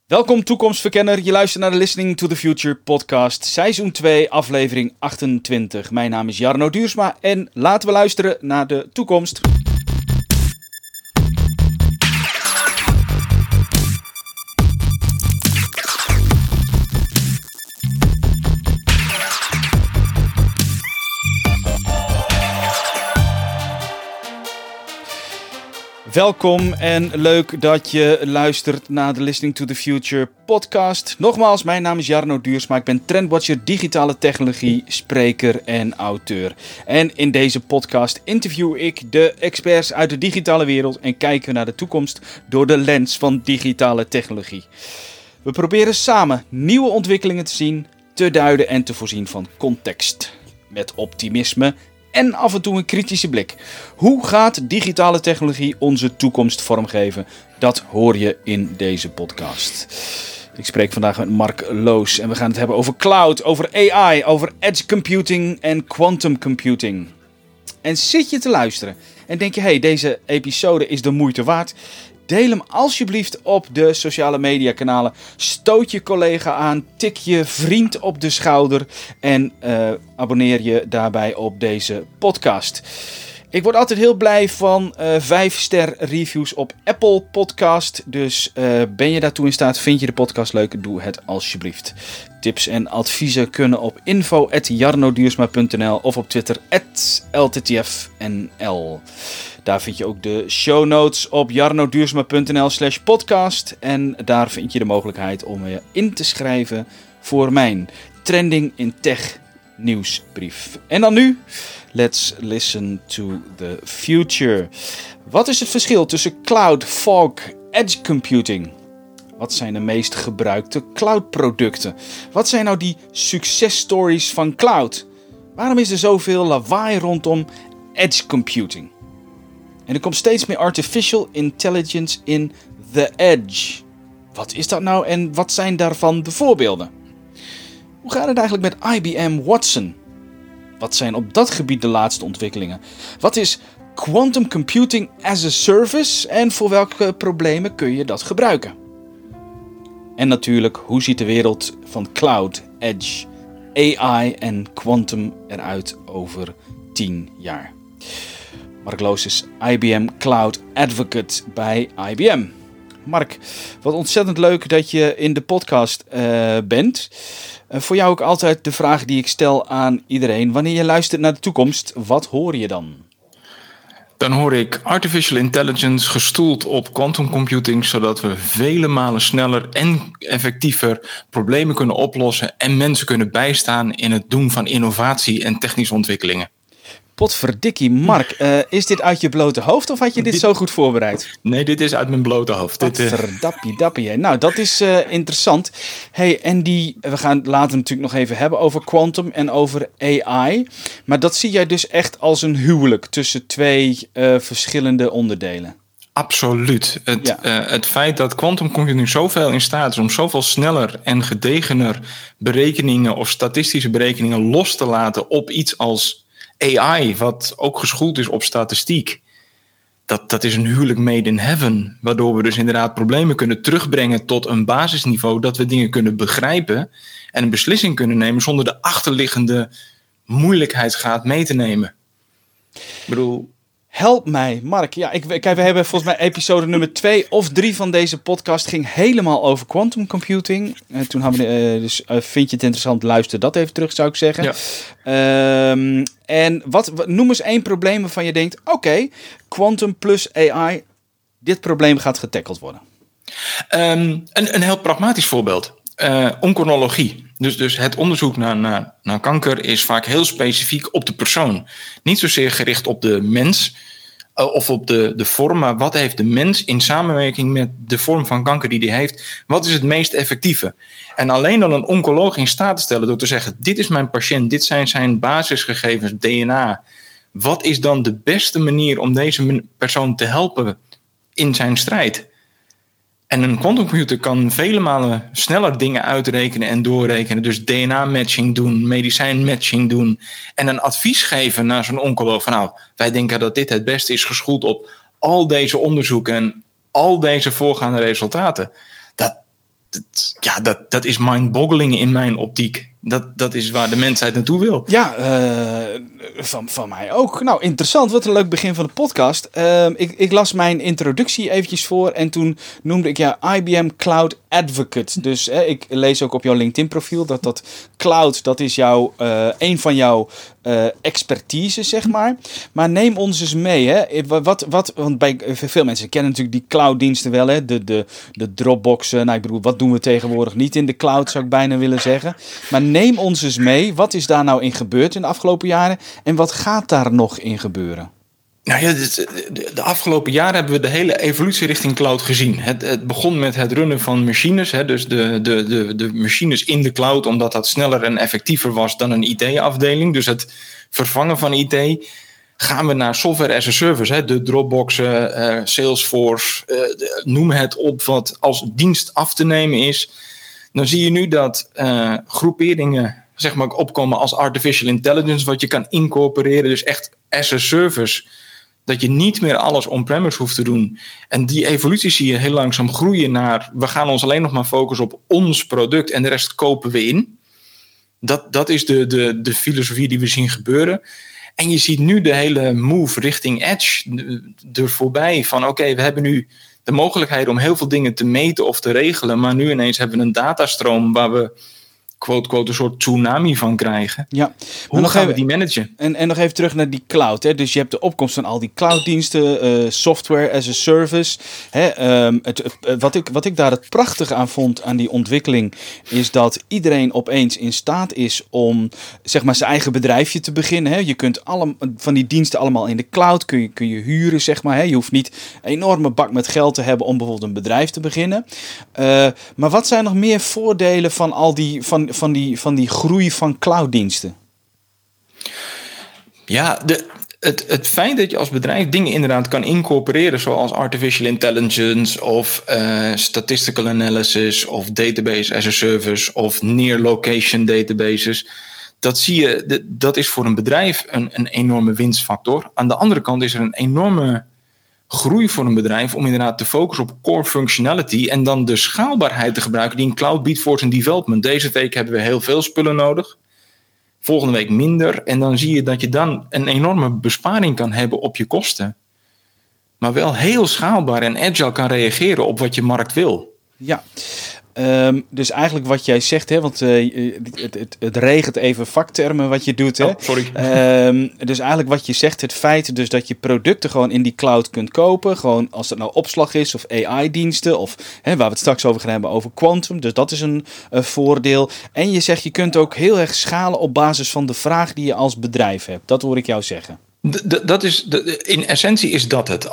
Welkom toekomstverkenner, je luistert naar de Listening to the Future podcast, seizoen 2, aflevering 28. Mijn naam is Jarno Duursma en laten we luisteren naar de toekomst. Welkom en leuk dat je luistert naar de Listening to the Future podcast. Nogmaals, mijn naam is Jarno Duursma. Ik ben trendwatcher, digitale technologie, spreker en auteur. En in deze podcast interview ik de experts uit de digitale wereld en kijken we naar de toekomst door de lens van digitale technologie. We proberen samen nieuwe ontwikkelingen te zien, te duiden en te voorzien van context. Met optimisme en af en toe een kritische blik. Hoe gaat digitale technologie onze toekomst vormgeven? Dat hoor je in deze podcast. Ik spreek vandaag met Mark Loos en we gaan het hebben over cloud, over AI, over edge computing en quantum computing. En zit je te luisteren en denk je, hey, deze episode is de moeite waard? Deel hem alsjeblieft op de sociale media kanalen. Stoot je collega aan, tik je vriend op de schouder en abonneer je daarbij op deze podcast. Ik word altijd heel blij van 5-ster reviews op Apple Podcast. Dus ben je daartoe in staat, vind je de podcast leuk, doe het alsjeblieft. Tips en adviezen kunnen op info@jarnoduursma.nl of op Twitter @lttfnl. Daar vind je ook de show notes op jarnoduursma.nl/podcast. En daar vind je de mogelijkheid om je in te schrijven voor mijn Trending in Tech nieuwsbrief. En dan nu, let's listen to the future. Wat is het verschil tussen cloud, fog, edge computing? Wat zijn de meest gebruikte cloud-producten? Wat zijn nou die successtories van cloud? Waarom is er zoveel lawaai rondom edge computing? En er komt steeds meer artificial intelligence in the edge. Wat is dat nou en wat zijn daarvan de voorbeelden? Hoe gaat het eigenlijk met IBM Watson? Wat zijn op dat gebied de laatste ontwikkelingen? Wat is quantum computing as a service en voor welke problemen kun je dat gebruiken? En natuurlijk, hoe ziet de wereld van cloud, edge, AI en quantum eruit over 10 jaar? Mark Loos is IBM Cloud Advocate bij IBM. Mark, wat ontzettend leuk dat je in de podcast bent. Voor jou ook altijd de vraag die ik stel aan iedereen. Wanneer je luistert naar de toekomst, wat hoor je dan? Dan hoor ik artificial intelligence gestoeld op quantum computing, zodat we vele malen sneller en effectiever problemen kunnen oplossen en mensen kunnen bijstaan in het doen van innovatie en technische ontwikkelingen. Potverdikkie, Mark, is dit uit je blote hoofd of had je dit zo goed voorbereid? Nee, dit is uit mijn blote hoofd. Potverdappidappie. Nou, dat is interessant. Hey, en we gaan het later natuurlijk nog even hebben over quantum en over AI. Maar dat zie jij dus echt als een huwelijk tussen twee verschillende onderdelen. Absoluut. Het feit dat quantum computing zoveel in staat is om zoveel sneller en gedegener berekeningen of statistische berekeningen los te laten op iets als AI, wat ook geschoold is op statistiek. Dat is een huwelijk made in heaven. Waardoor we dus inderdaad problemen kunnen terugbrengen tot een basisniveau. Dat we dingen kunnen begrijpen en een beslissing kunnen nemen zonder de achterliggende moeilijkheidsgraad mee te nemen. Ik bedoel, help mij, Mark. Ja, we hebben volgens mij episode nummer 2 of 3 van deze podcast ging helemaal over quantum computing. Toen hadden we, dus vind je het interessant, luister dat even terug, zou ik zeggen. Ja. En noem eens 1 probleem waarvan je denkt, oké, quantum plus AI, dit probleem gaat getackeld worden. Een heel pragmatisch voorbeeld. Oncologie. Dus het onderzoek naar kanker is vaak heel specifiek op de persoon. Niet zozeer gericht op de mens of op de vorm, maar wat heeft de mens in samenwerking met de vorm van kanker die hij heeft, wat is het meest effectieve? En alleen dan een oncoloog in staat te stellen door te zeggen, dit is mijn patiënt, dit zijn zijn basisgegevens, DNA. Wat is dan de beste manier om deze persoon te helpen in zijn strijd? En een quantumcomputer kan vele malen sneller dingen uitrekenen en doorrekenen. Dus DNA-matching doen, medicijn-matching doen. En een advies geven naar zo'n oncoloog van, nou, wij denken dat dit het beste is geschoold op al deze onderzoeken en al deze voorgaande resultaten. dat is mind-boggling in mijn optiek. Dat is waar de mensheid naartoe wil. Ja, van mij ook. Nou, interessant. Wat een leuk begin van de podcast. Ik las mijn introductie eventjes voor en toen noemde ik IBM Cloud Advocate. Dus ik lees ook op jouw LinkedIn profiel dat cloud, dat is een van jouw expertise, zeg maar. Maar neem ons eens mee. Hè. Want bij veel mensen kennen natuurlijk die clouddiensten wel. Hè. De Dropboxen. Nou, ik bedoel, wat doen we tegenwoordig niet in de cloud, zou ik bijna willen zeggen. Maar neem ons eens mee. Wat is daar nou in gebeurd in de afgelopen jaren? En wat gaat daar nog in gebeuren? Nou ja, de afgelopen jaren hebben we de hele evolutie richting cloud gezien. Het begon met het runnen van machines. Dus de machines in de cloud, omdat dat sneller en effectiever was dan een IT-afdeling. Dus het vervangen van IT. Gaan we naar software as a service. De Dropboxen, Salesforce, noem het op wat als dienst af te nemen is. Dan zie je nu dat groeperingen zeg maar opkomen als artificial intelligence, wat je kan incorporeren. Dus echt as a service. Dat je niet meer alles on-premise hoeft te doen. En die evolutie zie je heel langzaam groeien naar, we gaan ons alleen nog maar focussen op ons product en de rest kopen we in. Dat is de filosofie die we zien gebeuren. En je ziet nu de hele move richting edge er voorbij van oké, we hebben nu de mogelijkheid om heel veel dingen te meten of te regelen, maar nu ineens hebben we een datastroom waar we quote, een soort tsunami van krijgen. Ja. Hoe gaan we die managen? En nog even terug naar die cloud. Hè? Dus je hebt de opkomst van al die clouddiensten, software as a service. Hè? Wat ik daar het prachtige aan vond aan die ontwikkeling, is dat iedereen opeens in staat is om zeg maar zijn eigen bedrijfje te beginnen. Hè? Je kunt van die diensten allemaal in de cloud kun je huren, zeg maar. Hè? Je hoeft niet een enorme bak met geld te hebben om bijvoorbeeld een bedrijf te beginnen. Maar wat zijn nog meer voordelen van al die van die groei van clouddiensten? Ja, het feit dat je als bedrijf dingen inderdaad kan incorporeren, zoals artificial intelligence of statistical analysis of database as a service of near location databases, dat zie je, dat is voor een bedrijf een enorme winstfactor. Aan de andere kant is er een enorme groei voor een bedrijf om inderdaad te focussen op core functionality en dan de schaalbaarheid te gebruiken die een cloud biedt voor zijn development. Deze week hebben we heel veel spullen nodig. Volgende week minder. En dan zie je dat je dan een enorme besparing kan hebben op je kosten. Maar wel heel schaalbaar en agile kan reageren op wat je markt wil. Ja. Dus eigenlijk wat jij zegt, hè, want het regent even vaktermen wat je doet. Hè? Oh, sorry. Dus eigenlijk wat je zegt, het feit dus dat je producten gewoon in die cloud kunt kopen. Gewoon als het nou opslag is of AI-diensten of waar we het straks over gaan hebben over quantum. Dus dat is een voordeel. En je zegt je kunt ook heel erg schalen op basis van de vraag die je als bedrijf hebt. Dat hoor ik jou zeggen. In essentie is dat het.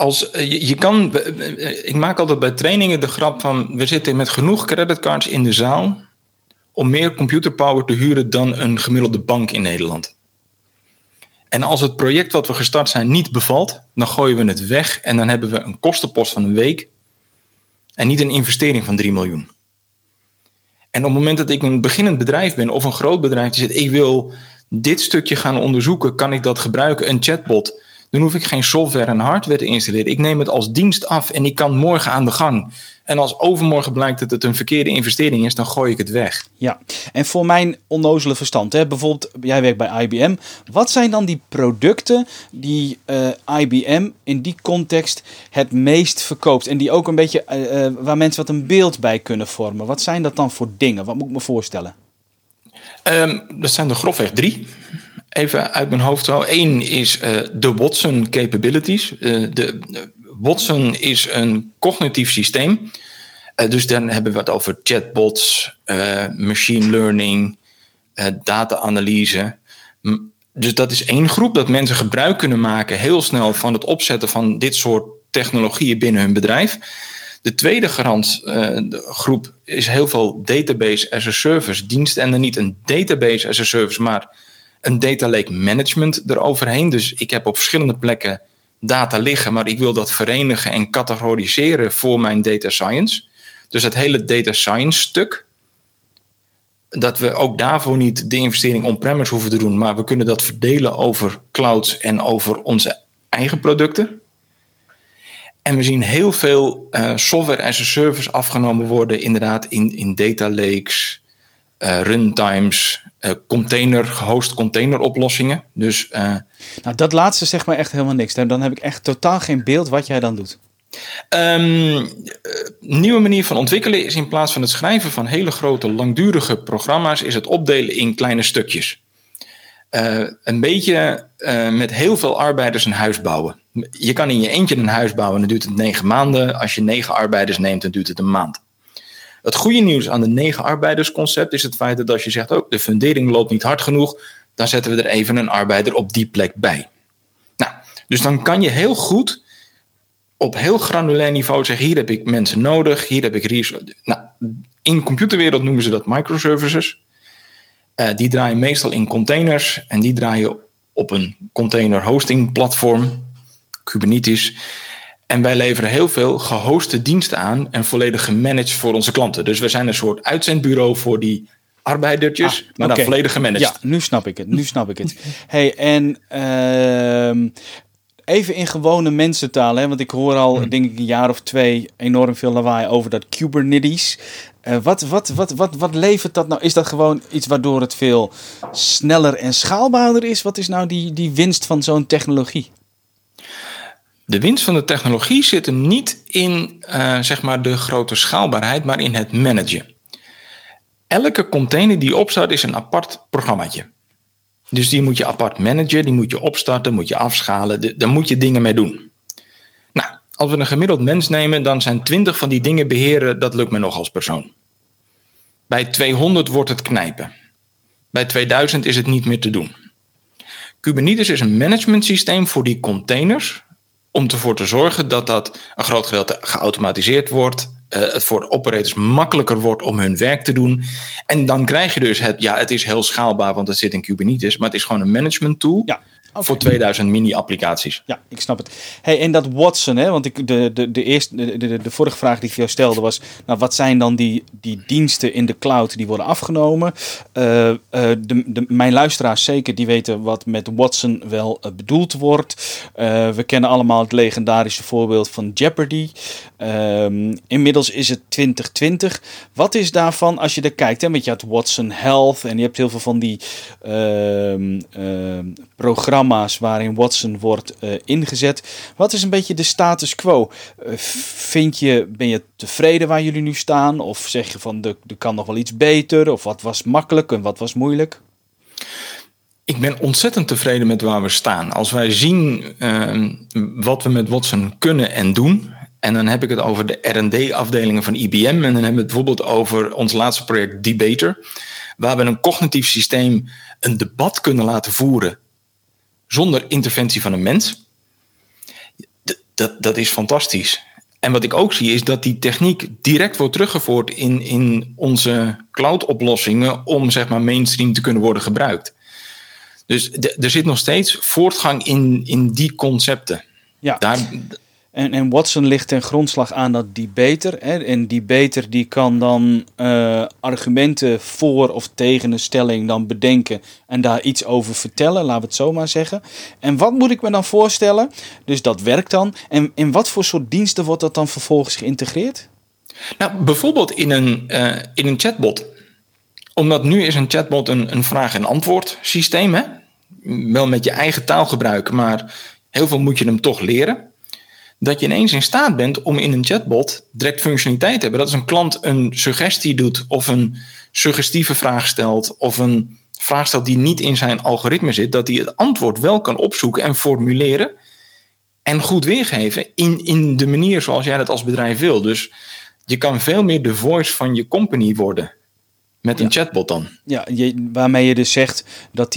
Ik maak altijd bij trainingen de grap van, we zitten met genoeg creditcards in de zaal om meer computerpower te huren dan een gemiddelde bank in Nederland. En als het project wat we gestart zijn niet bevalt, dan gooien we het weg en dan hebben we een kostenpost van een week en niet een investering van 3 miljoen. En op het moment dat ik een beginnend bedrijf ben of een groot bedrijf die zegt, ik wil dit stukje gaan onderzoeken, kan ik dat gebruiken, een chatbot, dan hoef ik geen software en hardware te installeren. Ik neem het als dienst af en ik kan morgen aan de gang. En als overmorgen blijkt dat het een verkeerde investering is, dan gooi ik het weg. Ja, en voor mijn onnozele verstand, hè, bijvoorbeeld, jij werkt bij IBM. Wat zijn dan die producten die IBM in die context het meest verkoopt? En die ook een beetje, waar mensen wat een beeld bij kunnen vormen. Wat zijn dat dan voor dingen? Wat moet ik me voorstellen? Dat zijn er grofweg 3. Even uit mijn hoofd zo. 1 is de Watson capabilities. Watson is een cognitief systeem. Dus dan hebben we het over chatbots, machine learning, data-analyse. Dus dat is 1 groep dat mensen gebruik kunnen maken heel snel van het opzetten van dit soort technologieën binnen hun bedrijf. De tweede groep is heel veel database as a service diensten. En dan niet een database as a service, maar een data lake management eroverheen. Dus ik heb op verschillende plekken data liggen, maar ik wil dat verenigen en categoriseren voor mijn data science. Dus het hele data science stuk, dat we ook daarvoor niet de investering on-premise hoeven te doen, maar we kunnen dat verdelen over clouds en over onze eigen producten. En we zien heel veel software as a service afgenomen worden, inderdaad in data lakes, runtimes, gehost containeroplossingen. Dus, nou, dat laatste zegt mij echt helemaal niks. Dan heb ik echt totaal geen beeld wat jij dan doet. Nieuwe manier van ontwikkelen is in plaats van het schrijven van hele grote langdurige programma's, is het opdelen in kleine stukjes. Een beetje met heel veel arbeiders een huis bouwen. Je kan in je eentje een huis bouwen en dan duurt het 9 maanden. Als je 9 arbeiders neemt, dan duurt het een maand. Het goede nieuws aan de 9 arbeidersconcept is het feit dat als je zegt, de fundering loopt niet hard genoeg, dan zetten we er even een arbeider op die plek bij. Nou, dus dan kan je heel goed op heel granulair niveau zeggen, hier heb ik mensen nodig, hier heb ik resources. Nou, in de computerwereld noemen ze dat microservices. Die draaien meestal in containers en die draaien op een container hosting platform, Kubernetes. En wij leveren heel veel gehoste diensten aan en volledig gemanaged voor onze klanten. Dus we zijn een soort uitzendbureau voor die arbeidertjes, maar dan volledig gemanaged. Ja, nu snap ik het. Hey, en even in gewone mensentaal, hè? Want ik hoor al, denk ik, een jaar of 2 enorm veel lawaai over dat Kubernetes. Wat levert dat nou? Is dat gewoon iets waardoor het veel sneller en schaalbaarder is? Wat is nou die winst van zo'n technologie? De winst van de technologie zit hem niet in zeg maar de grote schaalbaarheid, maar in het managen. Elke container die je opstart is een apart programmaatje. Dus die moet je apart managen, die moet je opstarten, moet je afschalen. Daar moet je dingen mee doen. Nou, als we een gemiddeld mens nemen, dan zijn 20 van die dingen beheren, dat lukt me nog als persoon. Bij 200 wordt het knijpen. Bij 2000 is het niet meer te doen. Kubernetes is een managementsysteem voor die containers, om ervoor te zorgen dat een groot gedeelte geautomatiseerd wordt. Het voor operators makkelijker wordt om hun werk te doen. En dan krijg je dus het is heel schaalbaar, want het zit in Kubernetes, maar het is gewoon een management tool. Ja. Okay. Voor 2000 mini-applicaties. Ja, ik snap het. Hey, en dat Watson, hè? Want de vorige vraag die ik jou stelde was, nou, wat zijn dan die diensten in de cloud die worden afgenomen? Mijn luisteraars zeker, die weten wat met Watson wel bedoeld wordt. We kennen allemaal het legendarische voorbeeld van Jeopardy. Inmiddels is het 2020. Wat is daarvan, als je er kijkt, hè? Want je had Watson Health en je hebt heel veel van die programma's waarin Watson wordt ingezet. Wat is een beetje de status quo? Ben je tevreden waar jullie nu staan? Of zeg je van, er kan nog wel iets beter? Of wat was makkelijk en wat was moeilijk? Ik ben ontzettend tevreden met waar we staan. Als wij zien wat we met Watson kunnen en doen, en dan heb ik het over de R&D-afdelingen van IBM, en dan hebben we het bijvoorbeeld over ons laatste project Debater, waar we een cognitief systeem een debat kunnen laten voeren zonder interventie van een mens. Dat is fantastisch. En wat ik ook zie is dat die techniek direct wordt teruggevoerd in onze cloud-oplossingen om zeg maar mainstream te kunnen worden gebruikt. Dus er zit nog steeds voortgang in die concepten. Ja. En Watson ligt ten grondslag aan dat Debater. Hè? En Debater die kan dan argumenten voor of tegen een stelling dan bedenken en daar iets over vertellen, laten we het zo maar zeggen. En wat moet ik me dan voorstellen? Dus dat werkt dan. En in wat voor soort diensten wordt dat dan vervolgens geïntegreerd? Nou, bijvoorbeeld in een chatbot. Omdat nu is een chatbot een vraag- en antwoord systeem. Hè? Wel met je eigen taalgebruik, maar heel veel moet je hem toch leren. Dat je ineens in staat bent om in een chatbot direct functionaliteit te hebben. Dat als een klant een suggestie doet of een suggestieve vraag stelt of een vraag stelt die niet in zijn algoritme zit, dat hij het antwoord wel kan opzoeken en formuleren en goed weergeven in de manier zoals jij dat als bedrijf wil. Dus je kan veel meer de voice van je company worden. Met een chatbot dan. Ja, waarmee je dus zegt dat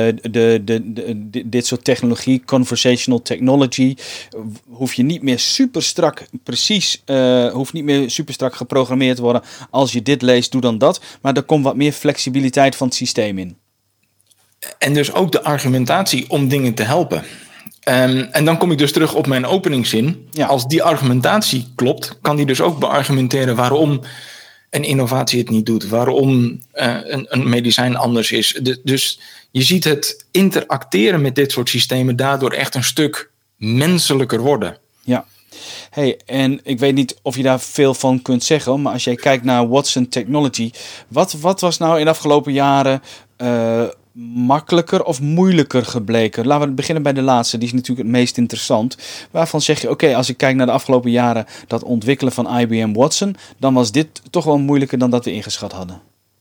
dit soort technologie, conversational technology, hoeft niet meer super strak geprogrammeerd te worden. Als je dit leest, doe dan dat. Maar er komt wat meer flexibiliteit van het systeem in. En dus ook de argumentatie om dingen te helpen. En dan kom ik dus terug op mijn openingszin. Ja. Als die argumentatie klopt, kan die dus ook beargumenteren waarom een innovatie het niet doet, waarom een medicijn anders is. Dus je ziet het interacteren met dit soort systemen daardoor echt een stuk menselijker worden. Ja. Hey, en ik weet niet of je daar veel van kunt zeggen, maar als jij kijkt naar Watson Technology, wat was nou in de afgelopen jaren makkelijker of moeilijker gebleken? Laten we beginnen bij de laatste, die is natuurlijk het meest interessant. Waarvan zeg je, oké, als ik kijk naar de afgelopen jaren dat ontwikkelen van IBM Watson, dan was dit toch wel moeilijker dan dat we ingeschat hadden.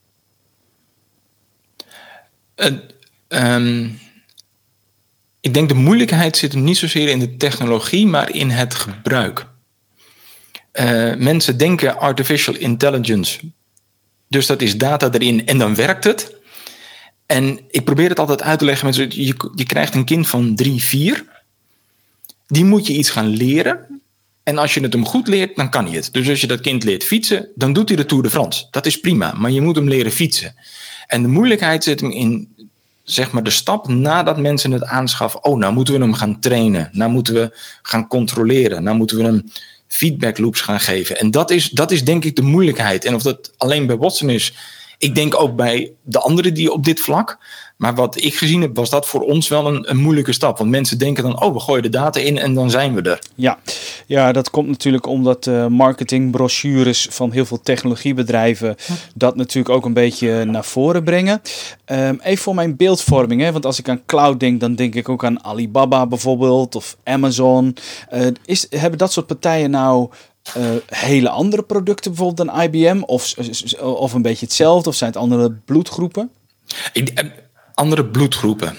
Ik denk de moeilijkheid zit hem niet zozeer in de technologie, maar in het gebruik. Mensen denken artificial intelligence, dus dat is data erin en dan werkt het. En ik probeer het altijd uit te leggen met je krijgt een kind van 3, 4. Die moet je iets gaan leren. En als je het hem goed leert, dan kan hij het. Dus als je dat kind leert fietsen, dan doet hij de Tour de France. Dat is prima, maar je moet hem leren fietsen. En de moeilijkheid zit hem in, zeg maar, de stap nadat mensen het aanschaffen. Oh, nou moeten we hem gaan trainen. Nou moeten we gaan controleren. Nou moeten we hem feedback loops gaan geven. En dat is denk ik de moeilijkheid. En of dat alleen bij Watson is, ik denk ook bij de anderen die op dit vlak. Maar wat ik gezien heb, was dat voor ons wel een moeilijke stap. Want mensen denken dan, oh, we gooien de data in en dan zijn we er. Ja, dat komt natuurlijk omdat marketingbrochures van heel veel technologiebedrijven dat natuurlijk ook een beetje naar voren brengen. Even voor mijn beeldvorming, hè, want als ik aan cloud denk, dan denk ik ook aan Alibaba bijvoorbeeld of Amazon. Hebben dat soort partijen nou hele andere producten bijvoorbeeld dan IBM? Of een beetje hetzelfde? Of zijn het andere bloedgroepen? Andere bloedgroepen.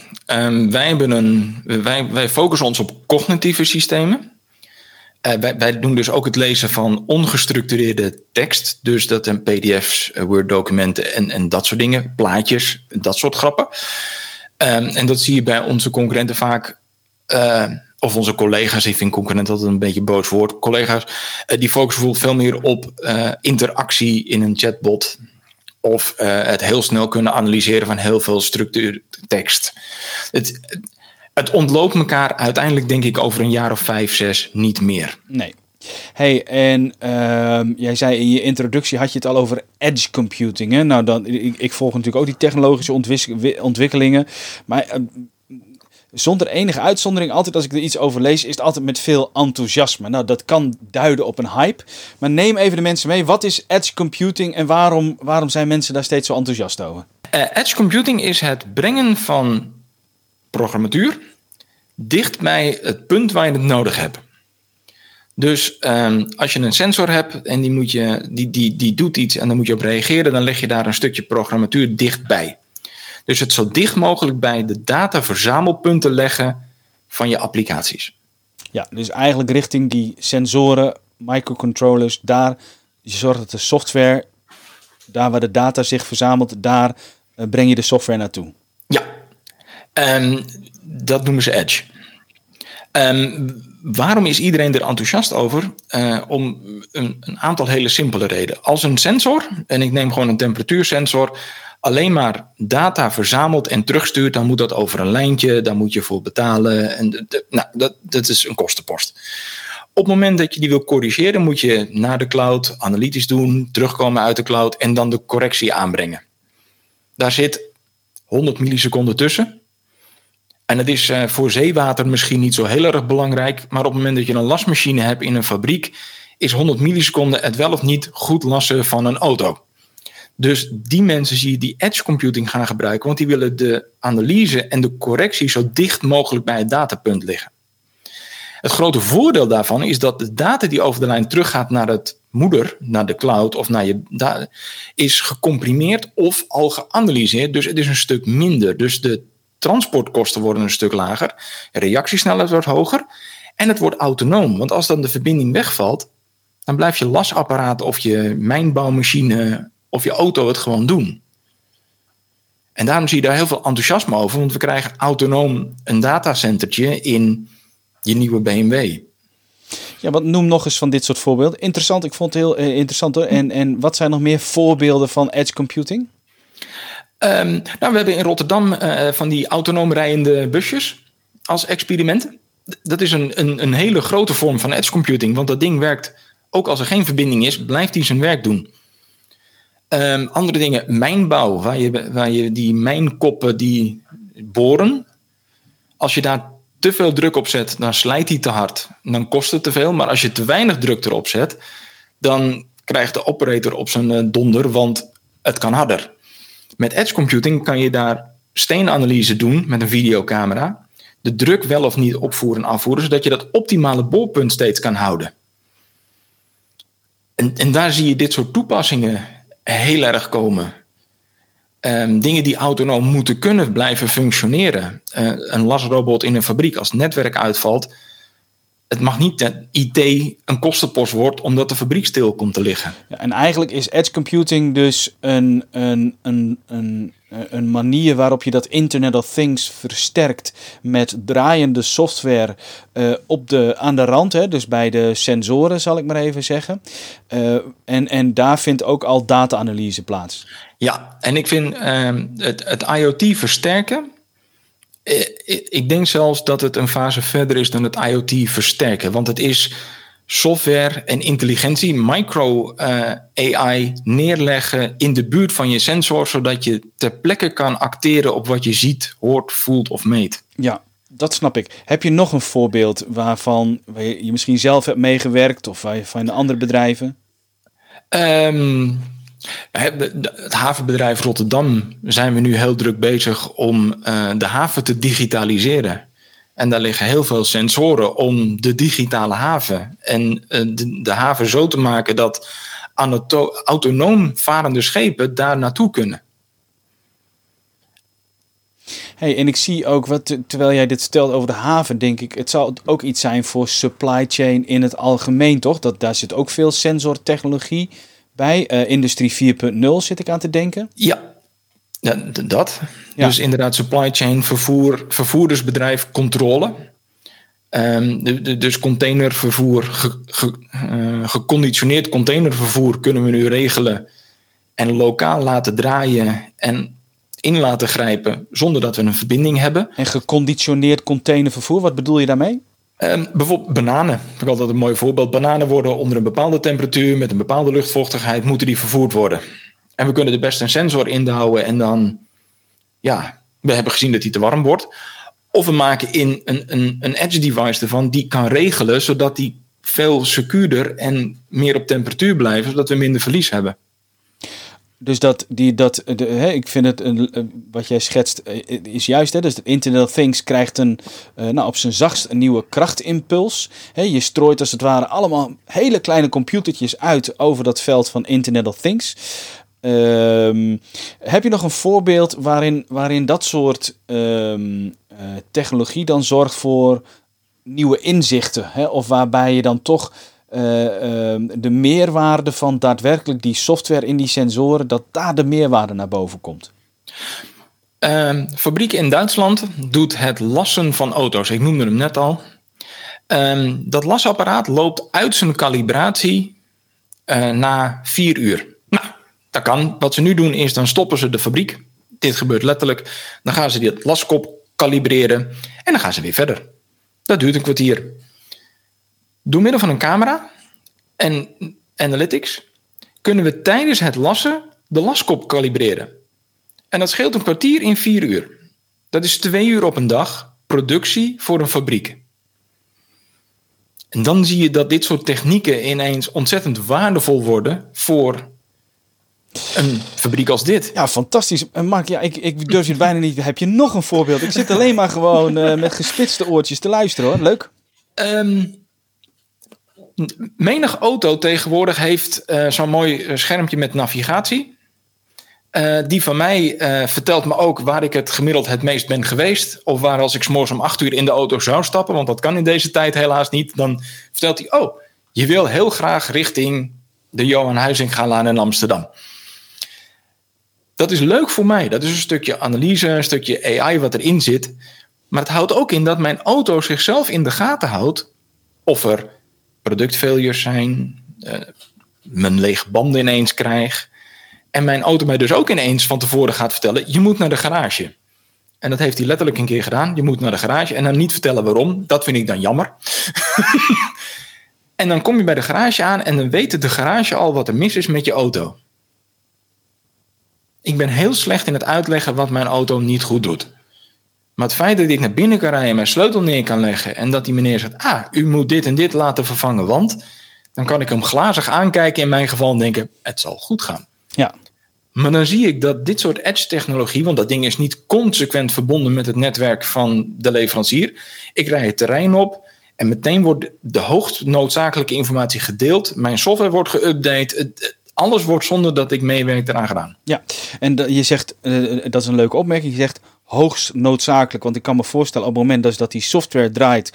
Wij focussen ons op cognitieve systemen. Wij doen dus ook het lezen van ongestructureerde tekst. Dus dat zijn pdf's, Word-documenten en dat soort dingen. Plaatjes, dat soort grappen. En dat zie je bij onze concurrenten vaak. Of onze collega's, ik vind concurrent altijd een beetje een boos woord. Collega's, die focussen bijvoorbeeld veel meer op interactie in een chatbot. Of het heel snel kunnen analyseren van heel veel structuur tekst. Het ontloopt elkaar uiteindelijk, denk ik, over een jaar of 5, 6 niet meer. Nee. Hey, en jij zei in je introductie had je het al over edge computing. Hè? Nou, ik volg natuurlijk ook die technologische ontwikkelingen. Maar zonder enige uitzondering, altijd als ik er iets over lees, is het altijd met veel enthousiasme. Nou, dat kan duiden op een hype. Maar neem even de mensen mee. Wat is edge computing en waarom zijn mensen daar steeds zo enthousiast over? Edge computing is het brengen van programmatuur dicht bij het punt waar je het nodig hebt. Dus als je een sensor hebt en die doet iets en dan moet je op reageren, dan leg je daar een stukje programmatuur dichtbij. Dus het zo dicht mogelijk bij de dataverzamelpunten leggen van je applicaties. Ja, dus eigenlijk richting die sensoren, microcontrollers, daar je zorgt dat de software, daar waar de data zich verzamelt, daar breng je de software naartoe. Ja, dat noemen ze edge. Waarom is iedereen er enthousiast over? Om een aantal hele simpele redenen. Als een sensor, en ik neem gewoon een temperatuursensor, alleen maar data verzamelt en terugstuurt, dan moet dat over een lijntje, daar moet je voor betalen. En dat is een kostenpost. Op het moment dat je die wil corrigeren, moet je naar de cloud, analytisch doen, terugkomen uit de cloud en dan de correctie aanbrengen. Daar zit 100 milliseconden tussen. En dat is voor zeewater misschien niet zo heel erg belangrijk, maar op het moment dat je een lasmachine hebt in een fabriek, is 100 milliseconden het wel of niet goed lassen van een auto. Dus die mensen zie je die edge computing gaan gebruiken, want die willen de analyse en de correctie zo dicht mogelijk bij het datapunt liggen. Het grote voordeel daarvan is dat de data die over de lijn teruggaat naar het moeder, naar de cloud of naar je data, is gecomprimeerd of al geanalyseerd. Dus het is een stuk minder. Dus de transportkosten worden een stuk lager, reactiesnelheid wordt hoger en het wordt autonoom. Want als dan de verbinding wegvalt, dan blijft je lasapparaat of je mijnbouwmachine of je auto het gewoon doen. En daarom zie je daar heel veel enthousiasme over, want we krijgen autonoom een datacentertje in je nieuwe BMW. Ja, wat noem nog eens van dit soort voorbeelden. Interessant, ik vond het heel interessant hoor. En wat zijn nog meer voorbeelden van edge computing? We hebben in Rotterdam van die autonoom rijdende busjes als experimenten. Dat is een hele grote vorm van edge computing, want dat ding werkt, ook als er geen verbinding is, blijft hij zijn werk doen. Andere dingen, mijnbouw, waar je die mijnkoppen die boren, als je daar te veel druk op zet, dan slijt hij te hard. Dan kost het te veel. Maar als je te weinig druk erop zet, dan krijgt de operator op zijn donder, want het kan harder. Met edge computing kan je daar steenanalyse doen met een videocamera. De druk wel of niet opvoeren en afvoeren, zodat je dat optimale bolpunt steeds kan houden. En daar zie je dit soort toepassingen heel erg komen. Dingen die autonoom moeten kunnen blijven functioneren. Een lasrobot in een fabriek, als het netwerk uitvalt, het mag niet dat IT een kostenpost wordt omdat de fabriek stil komt te liggen. Ja, en eigenlijk is edge computing dus een manier waarop je dat Internet of Things versterkt met draaiende software aan de rand, hè, dus bij de sensoren zal ik maar even zeggen. En daar vindt ook al data-analyse plaats. Ja, en ik vind het IoT versterken. Ik denk zelfs dat het een fase verder is dan het IoT versterken. Want het is software en intelligentie, micro-AI neerleggen in de buurt van je sensor, zodat je ter plekke kan acteren op wat je ziet, hoort, voelt of meet. Ja, dat snap ik. Heb je nog een voorbeeld waar je misschien zelf hebt meegewerkt of van de andere bedrijven? Het havenbedrijf Rotterdam zijn we nu heel druk bezig om de haven te digitaliseren. En daar liggen heel veel sensoren om de digitale haven. En de haven zo te maken dat autonoom varende schepen daar naartoe kunnen. Hey, en ik zie ook, terwijl jij dit stelt over de haven, denk ik, het zal ook iets zijn voor supply chain in het algemeen, toch? Daar zit ook veel sensortechnologie bij. Industrie 4.0 zit ik aan te denken. Ja, dat. Ja. Dus inderdaad supply chain, vervoerdersbedrijf, controle. Dus containervervoer, geconditioneerd containervervoer kunnen we nu regelen en lokaal laten draaien en in laten grijpen zonder dat we een verbinding hebben. En geconditioneerd containervervoer, wat bedoel je daarmee? Bijvoorbeeld bananen. Ik altijd een mooi voorbeeld. Bananen worden onder een bepaalde temperatuur met een bepaalde luchtvochtigheid moeten die vervoerd worden. En we kunnen er best een sensor in houden en dan, we hebben gezien dat die te warm wordt. Of we maken een edge device ervan die kan regelen zodat die veel secuurder en meer op temperatuur blijven, zodat we minder verlies hebben. Dus ik vind het, wat jij schetst, is juist. Hè? Dus het Internet of Things krijgt op zijn zachtst een nieuwe krachtimpuls. Je strooit als het ware allemaal hele kleine computertjes uit over dat veld van Internet of Things. Heb je nog een voorbeeld waarin dat soort technologie dan zorgt voor nieuwe inzichten? Hè? Of waarbij je dan toch de meerwaarde van daadwerkelijk die software in die sensoren, dat daar de meerwaarde naar boven komt? Fabriek in Duitsland doet het lassen van auto's. Ik noemde hem net al. Dat lasapparaat loopt uit zijn kalibratie na 4 uur. Nou, dat kan. Wat ze nu doen is, dan stoppen ze de fabriek. Dit gebeurt letterlijk. Dan gaan ze die laskop kalibreren en dan gaan ze weer verder. Dat duurt een kwartier. Door middel van een camera en analytics kunnen we tijdens het lassen de laskop kalibreren. En dat scheelt een kwartier in 4 uur. Dat is 2 uur op een dag productie voor een fabriek. En dan zie je dat dit soort technieken ineens ontzettend waardevol worden voor een fabriek als dit. Ja, fantastisch. Mark, ik durf je het bijna niet. Heb je nog een voorbeeld? Ik zit alleen maar gewoon met gespitste oortjes te luisteren, hoor. Leuk. Menig auto tegenwoordig heeft zo'n mooi schermpje met navigatie. Die van mij vertelt me ook waar ik het gemiddeld het meest ben geweest. Of waar als ik 's morgens om 8 uur in de auto zou stappen. Want dat kan in deze tijd helaas niet. Dan vertelt hij, je wil heel graag richting de Johan Huizingalaan in Amsterdam. Dat is leuk voor mij. Dat is een stukje analyse, een stukje AI wat erin zit. Maar het houdt ook in dat mijn auto zichzelf in de gaten houdt. Of er productfailures zijn. Mijn lege banden ineens krijg. En mijn auto mij dus ook ineens van tevoren gaat vertellen, je moet naar de garage. En dat heeft hij letterlijk een keer gedaan. Je moet naar de garage en dan niet vertellen waarom. Dat vind ik dan jammer. En dan kom je bij de garage aan en dan weet de garage al wat er mis is met je auto. Ik ben heel slecht in het uitleggen wat mijn auto niet goed doet. Maar het feit dat ik naar binnen kan rijden, mijn sleutel neer kan leggen en dat die meneer zegt, u moet dit en dit laten vervangen, want dan kan ik hem glazig aankijken in mijn geval en denken, het zal goed gaan. Ja. Maar dan zie ik dat dit soort edge-technologie, want dat ding is niet consequent verbonden met het netwerk van de leverancier. Ik rij het terrein op en meteen wordt de hoogst noodzakelijke informatie gedeeld. Mijn software wordt geüpdate. Alles wordt zonder dat ik meewerk eraan gedaan. Ja, en je zegt, dat is een leuke opmerking, je zegt hoogst noodzakelijk. Want ik kan me voorstellen op het moment dat die software draait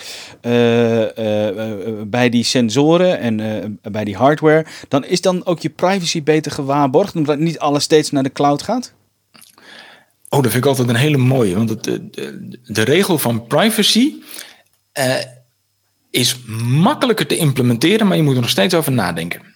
bij die sensoren en bij die hardware, dan is dan ook je privacy beter gewaarborgd, omdat niet alles steeds naar de cloud gaat? Oh, dat vind ik altijd een hele mooie. Want de regel van privacy is makkelijker te implementeren, maar je moet er nog steeds over nadenken.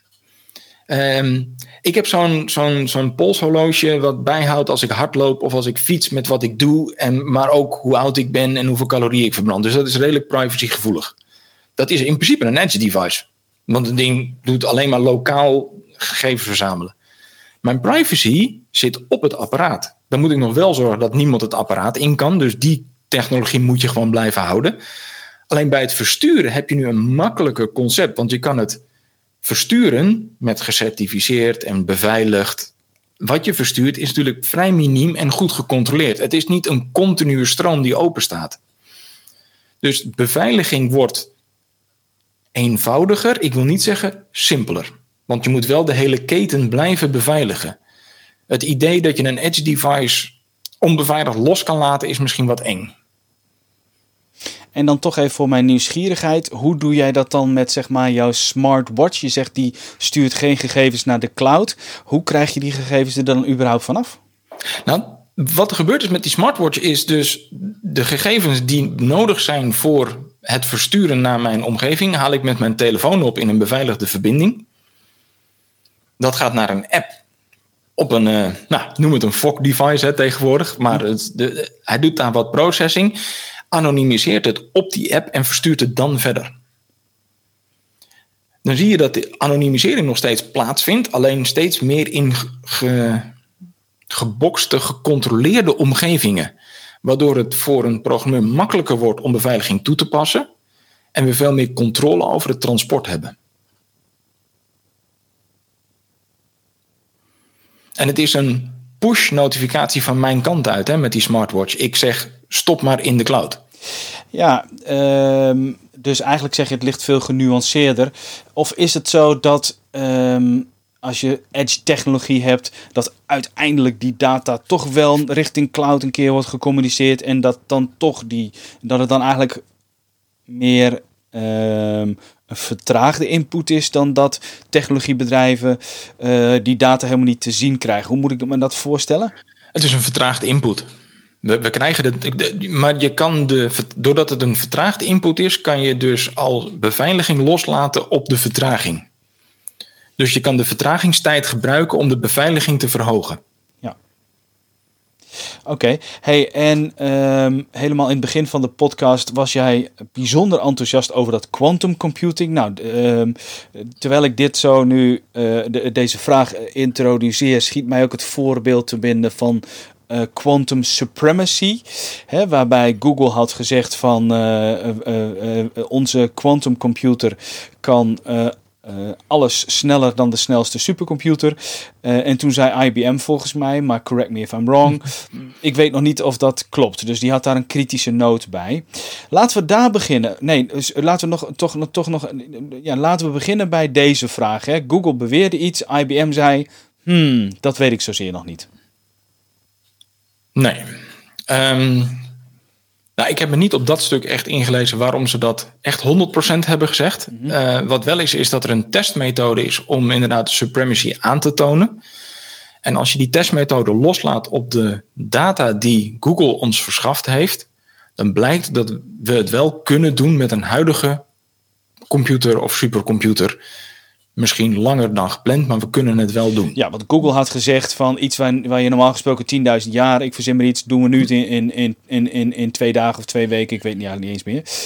Ik heb zo'n polshorloge wat bijhoudt als ik hardloop of als ik fiets met wat ik doe. Maar ook hoe oud ik ben en hoeveel calorieën ik verbrand. Dus dat is redelijk privacygevoelig. Dat is in principe een edge device. Want het ding doet alleen maar lokaal gegevens verzamelen. Mijn privacy zit op het apparaat. Dan moet ik nog wel zorgen dat niemand het apparaat in kan. Dus die technologie moet je gewoon blijven houden. Alleen bij het versturen heb je nu een makkelijker concept. Want je kan het versturen met gecertificeerd en beveiligd. Wat je verstuurt is natuurlijk vrij miniem en goed gecontroleerd. Het is niet een continue stroom die open staat. Dus beveiliging wordt eenvoudiger. Ik wil niet zeggen simpeler. Want je moet wel de hele keten blijven beveiligen. Het idee dat je een edge device onbeveiligd los kan laten is misschien wat eng. En dan toch even voor mijn nieuwsgierigheid. Hoe doe jij dat dan met zeg maar jouw smartwatch? Je zegt die stuurt geen gegevens naar de cloud. Hoe krijg je die gegevens er dan überhaupt vanaf? Nou, wat er gebeurt is met die smartwatch is dus de gegevens die nodig zijn voor het versturen naar mijn omgeving haal ik met mijn telefoon op in een beveiligde verbinding. Dat gaat naar een app op een, noem het een FOC device tegenwoordig. Maar hij doet daar wat processing. Anonimiseert het op die app en verstuurt het dan verder. Dan zie je dat de anonimisering nog steeds plaatsvindt, alleen steeds meer in gebokste, gecontroleerde omgevingen. Waardoor het voor een programmeur makkelijker wordt om beveiliging toe te passen en we veel meer controle over het transport hebben. En het is een push-notificatie van mijn kant uit met die smartwatch. Ik zeg, stop maar in de cloud. Ja, dus eigenlijk zeg je het ligt veel genuanceerder. Of is het zo dat als je edge technologie hebt, dat uiteindelijk die data toch wel richting cloud een keer wordt gecommuniceerd en dat dan toch dat het dan eigenlijk meer een vertraagde input is dan dat technologiebedrijven die data helemaal niet te zien krijgen. Hoe moet ik me dat voorstellen? Het is een vertraagde input. We krijgen maar je kan doordat het een vertraagde input is, kan je dus als beveiliging loslaten op de vertraging. Dus je kan de vertragingstijd gebruiken om de beveiliging te verhogen. Ja. Oké. Hey, en helemaal in het begin van de podcast was jij bijzonder enthousiast over dat quantum computing. Nou, terwijl ik dit zo nu deze vraag introduceer, schiet mij ook het voorbeeld te binnen van quantum supremacy, waarbij Google had gezegd van onze quantum computer kan alles sneller dan de snelste supercomputer. En toen zei IBM volgens mij, maar correct me if I'm wrong, ik weet nog niet of dat klopt. Dus die had daar een kritische noot bij. Laten we daar beginnen. Nee, dus laten we beginnen bij deze vraag. Google beweerde iets, IBM zei, dat weet ik zozeer nog niet. Nee. Ik heb me niet op dat stuk echt ingelezen waarom ze dat echt 100% hebben gezegd. Wat wel is dat er een testmethode is om inderdaad supremacy aan te tonen. En als je die testmethode loslaat op de data die Google ons verschaft heeft, dan blijkt dat we het wel kunnen doen met een huidige computer of supercomputer. Misschien langer dan gepland, maar we kunnen het wel doen. Ja, want Google had gezegd van iets waar je normaal gesproken 10.000 jaar, ik verzin maar iets, doen we nu in 2 dagen of 2 weken, ik weet niet eens meer.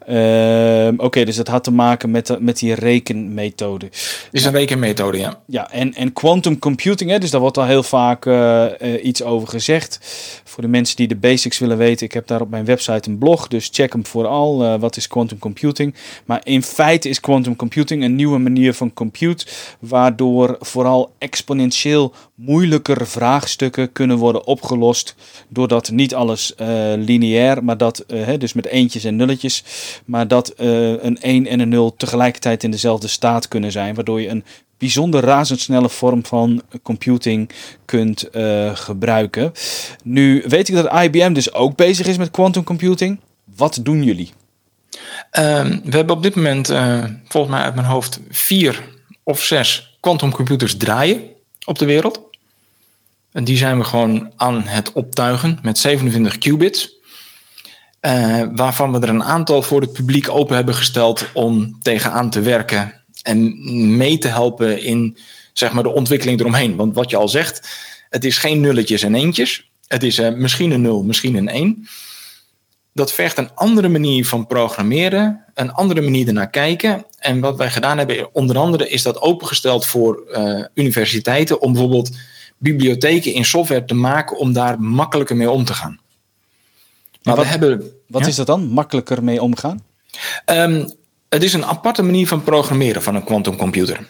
Oké, dus dat had te maken met die rekenmethode. Het is een rekenmethode, ja. Ja, en quantum computing, dus daar wordt al heel vaak iets over gezegd. Voor de mensen die de basics willen weten, ik heb daar op mijn website een blog, dus check hem vooral. Wat is quantum computing? Maar in feite is quantum computing een nieuwe manier van compute, waardoor vooral exponentieel moeilijker vraagstukken kunnen worden opgelost, doordat niet alles lineair, maar dat dus met eentjes en nulletjes, maar dat een 1 en een 0 tegelijkertijd in dezelfde staat kunnen zijn, waardoor je een bijzonder razendsnelle vorm van computing kunt gebruiken. Nu weet ik dat IBM dus ook bezig is met quantum computing. Wat doen jullie? We hebben op dit moment, volgens mij uit mijn hoofd, 4 of 6 quantum computers draaien op de wereld. En die zijn we gewoon aan het optuigen met 27 qubits. Waarvan we er een aantal voor het publiek open hebben gesteld om tegenaan te werken en mee te helpen in, zeg maar, de ontwikkeling eromheen. Want wat je al zegt, het is geen nulletjes en eentjes. Het is misschien een 0, misschien een 1. Dat vergt een andere manier van programmeren, een andere manier ernaar kijken. En wat wij gedaan hebben, onder andere, is dat opengesteld voor universiteiten om bijvoorbeeld bibliotheken in software te maken om daar makkelijker mee om te gaan. Maar wat is dat dan? Makkelijker mee omgaan? Het is een aparte manier van programmeren van een quantumcomputer.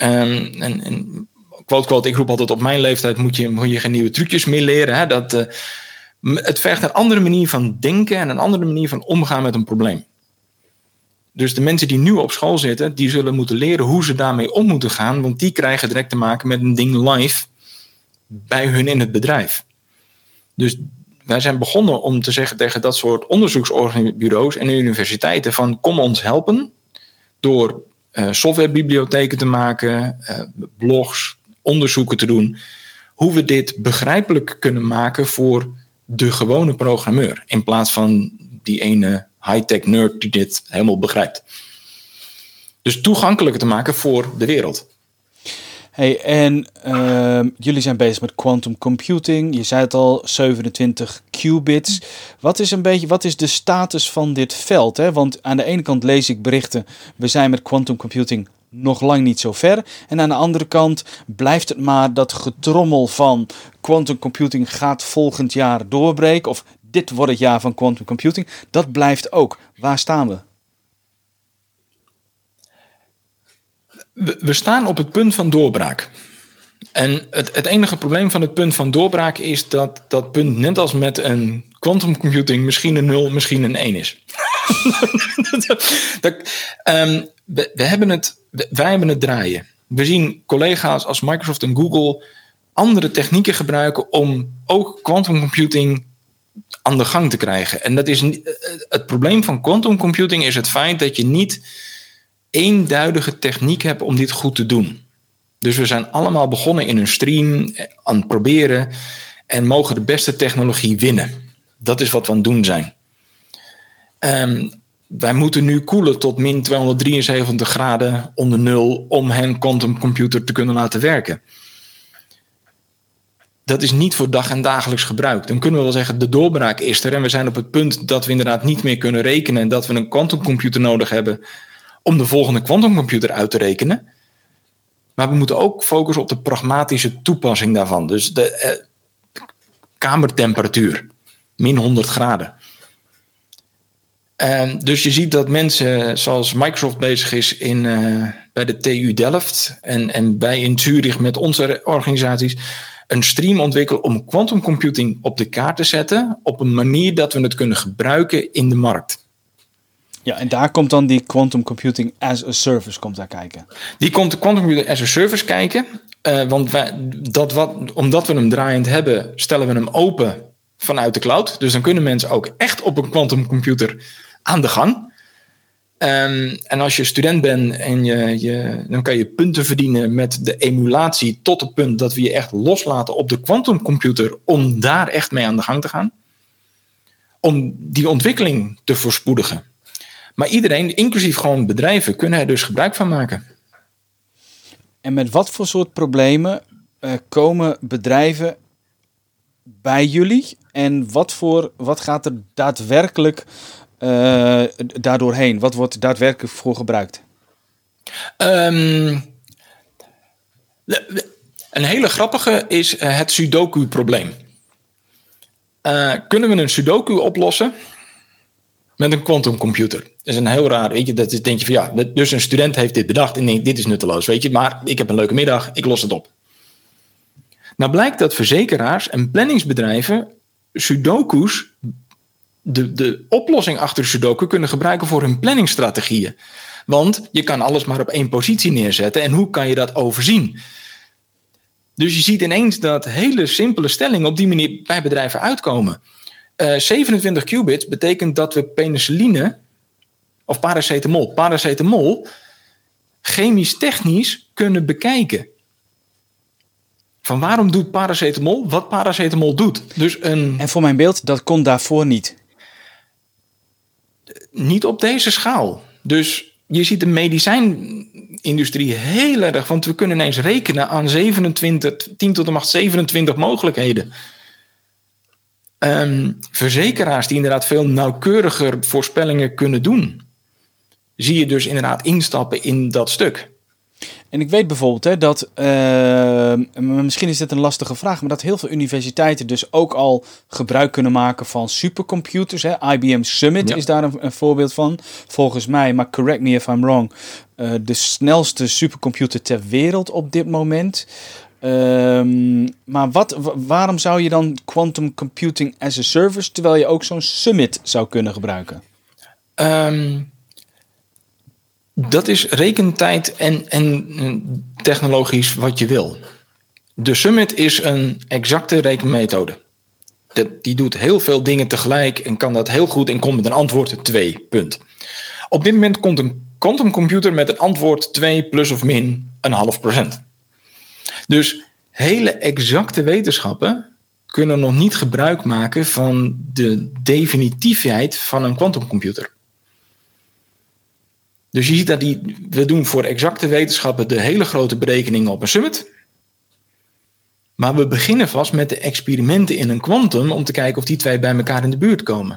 Quote, ik roep altijd, op mijn leeftijd moet je geen nieuwe trucjes meer leren. Hè? Het vergt een andere manier van denken en een andere manier van omgaan met een probleem. Dus de mensen die nu op school zitten, die zullen moeten leren hoe ze daarmee om moeten gaan, want die krijgen direct te maken met een ding live bij hun in het bedrijf. Dus wij zijn begonnen om te zeggen tegen dat soort onderzoeksbureaus en universiteiten van kom ons helpen door softwarebibliotheken te maken, blogs, onderzoeken te doen, hoe we dit begrijpelijk kunnen maken voor de gewone programmeur in plaats van die ene high-tech nerd die dit helemaal begrijpt. Dus toegankelijker te maken voor de wereld. Hey, en jullie zijn bezig met quantum computing. Je zei het al, 27 qubits. Wat is de status van dit veld? Hè? Want aan de ene kant lees ik berichten, we zijn met quantum computing nog lang niet zo ver. En aan de andere kant blijft het maar dat getrommel van quantum computing gaat volgend jaar doorbreken. Of dit wordt het jaar van quantum computing. Dat blijft ook. Waar staan we? We staan op het punt van doorbraak. En het enige probleem van het punt van doorbraak is dat dat punt net als met een quantum computing misschien een 0, misschien een 1 is. Wij hebben het draaien. We zien collega's als Microsoft en Google andere technieken gebruiken om ook quantum computing aan de gang te krijgen. En dat is het probleem van quantum computing is het feit dat je niet eenduidige techniek hebt om dit goed te doen. Dus we zijn allemaal begonnen in een stream aan het proberen en mogen de beste technologie winnen. Dat is wat we aan het doen zijn. Wij moeten nu koelen tot min 273 graden onder nul om een quantumcomputer te kunnen laten werken. Dat is niet voor dag en dagelijks gebruik. Dan kunnen we wel zeggen, de doorbraak is er en we zijn op het punt dat we inderdaad niet meer kunnen rekenen en dat we een quantumcomputer nodig hebben om de volgende quantumcomputer uit te rekenen. Maar we moeten ook focussen op de pragmatische toepassing daarvan. Dus de kamertemperatuur, min 100 graden. Dus je ziet dat mensen zoals Microsoft bezig is bij de TU Delft en bij in Zurich met onze organisaties een stream ontwikkelen om quantum computing op de kaart te zetten op een manier dat we het kunnen gebruiken in de markt. Ja, en daar komt dan die quantum computing as a service komt daar kijken. Die komt de quantum computing as a service kijken. Want omdat we hem draaiend hebben, stellen we hem open vanuit de cloud. Dus dan kunnen mensen ook echt op een quantum computer aan de gang. En als je student bent en dan kan je punten verdienen met de emulatie tot het punt dat we je echt loslaten op de quantumcomputer om daar echt mee aan de gang te gaan. Om die ontwikkeling te verspoedigen. Maar iedereen, inclusief gewoon bedrijven, kunnen er dus gebruik van maken. En met wat voor soort problemen komen bedrijven bij jullie? En wat gaat er daadwerkelijk daardoorheen? Wat wordt daadwerkelijk voor gebruikt? Een hele grappige is het Sudoku-probleem. Kunnen we een Sudoku oplossen met een quantumcomputer? Dat is een heel raar, weet je, dat is, denk je van ja, dus een student heeft dit bedacht en denkt dit is nutteloos, weet je, maar ik heb een leuke middag, ik los het op. Nou blijkt dat verzekeraars en planningsbedrijven Sudoku's, de oplossing achter Sudoku kunnen gebruiken voor hun planningsstrategieën. Want je kan alles maar op één positie neerzetten en hoe kan je dat overzien? Dus je ziet ineens dat hele simpele stellingen op die manier bij bedrijven uitkomen. 27 qubits betekent dat we penicilline of paracetamol chemisch-technisch kunnen bekijken. Van waarom doet paracetamol wat paracetamol doet? Dus En voor mijn beeld, dat kon daarvoor niet. Niet op deze schaal. Dus je ziet de medicijnindustrie heel erg, want we kunnen ineens rekenen aan 10 tot de macht 27 mogelijkheden. Verzekeraars die inderdaad veel nauwkeuriger voorspellingen kunnen doen, zie je dus inderdaad instappen in dat stuk. En ik weet bijvoorbeeld dat, misschien is dit een lastige vraag, maar dat heel veel universiteiten dus ook al gebruik kunnen maken van supercomputers. Hè? IBM Summit is daar een voorbeeld van. Volgens mij, maar correct me if I'm wrong, de snelste supercomputer ter wereld op dit moment. Maar waarom zou je dan quantum computing as a service, terwijl je ook zo'n Summit zou kunnen gebruiken? Dat is rekentijd en technologisch wat je wil. De Summit is een exacte rekenmethode. Die doet heel veel dingen tegelijk en kan dat heel goed en komt met een antwoord 2, punt. Op dit moment komt een quantumcomputer met een antwoord 2 plus of min 0,5%. Dus hele exacte wetenschappen kunnen nog niet gebruik maken van de definitiefheid van een quantumcomputer. Dus je ziet dat we doen voor exacte wetenschappen de hele grote berekeningen op een Summit. Maar we beginnen vast met de experimenten in een quantum om te kijken of die twee bij elkaar in de buurt komen.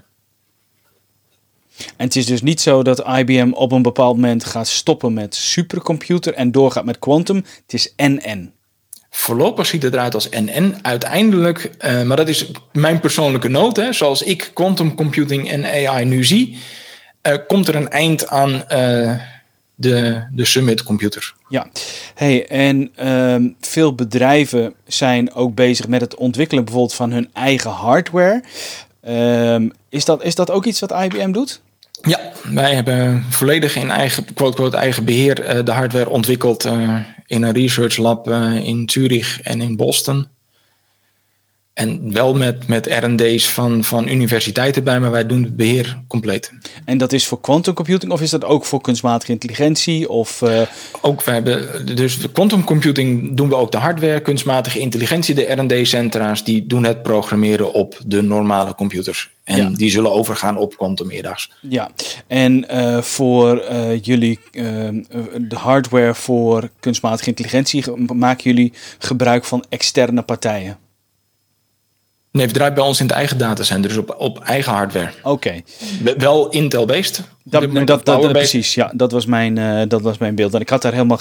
En het is dus niet zo dat IBM op een bepaald moment gaat stoppen met supercomputer en doorgaat met quantum. Het is NN. Voorlopig ziet het eruit als NN. Uiteindelijk, maar dat is mijn persoonlijke noot. Hè, zoals ik quantum computing en AI nu zie, komt er een eind aan de Summit computers. Ja. Hey, en veel bedrijven zijn ook bezig met het ontwikkelen bijvoorbeeld van hun eigen hardware. Is dat ook iets wat IBM doet? Ja, wij hebben volledig in eigen, quote-quote, eigen beheer de hardware ontwikkeld in een research lab in Zurich en in Boston. En wel met R&D's van universiteiten bij, maar wij doen het beheer compleet. En dat is voor quantum computing of is dat ook voor kunstmatige intelligentie? Ook, we hebben dus de quantum computing doen we ook de hardware, kunstmatige intelligentie, de R&D-centra's, die doen het programmeren op de normale computers. En die zullen overgaan op quantum eerdaags. Ja, en voor jullie de hardware voor kunstmatige intelligentie maken jullie gebruik van externe partijen? Nee, het draait bij ons in het eigen datacenter, dus op eigen hardware. Oké. Wel Intel-based. Precies, ja, dat was mijn beeld. En ik had daar helemaal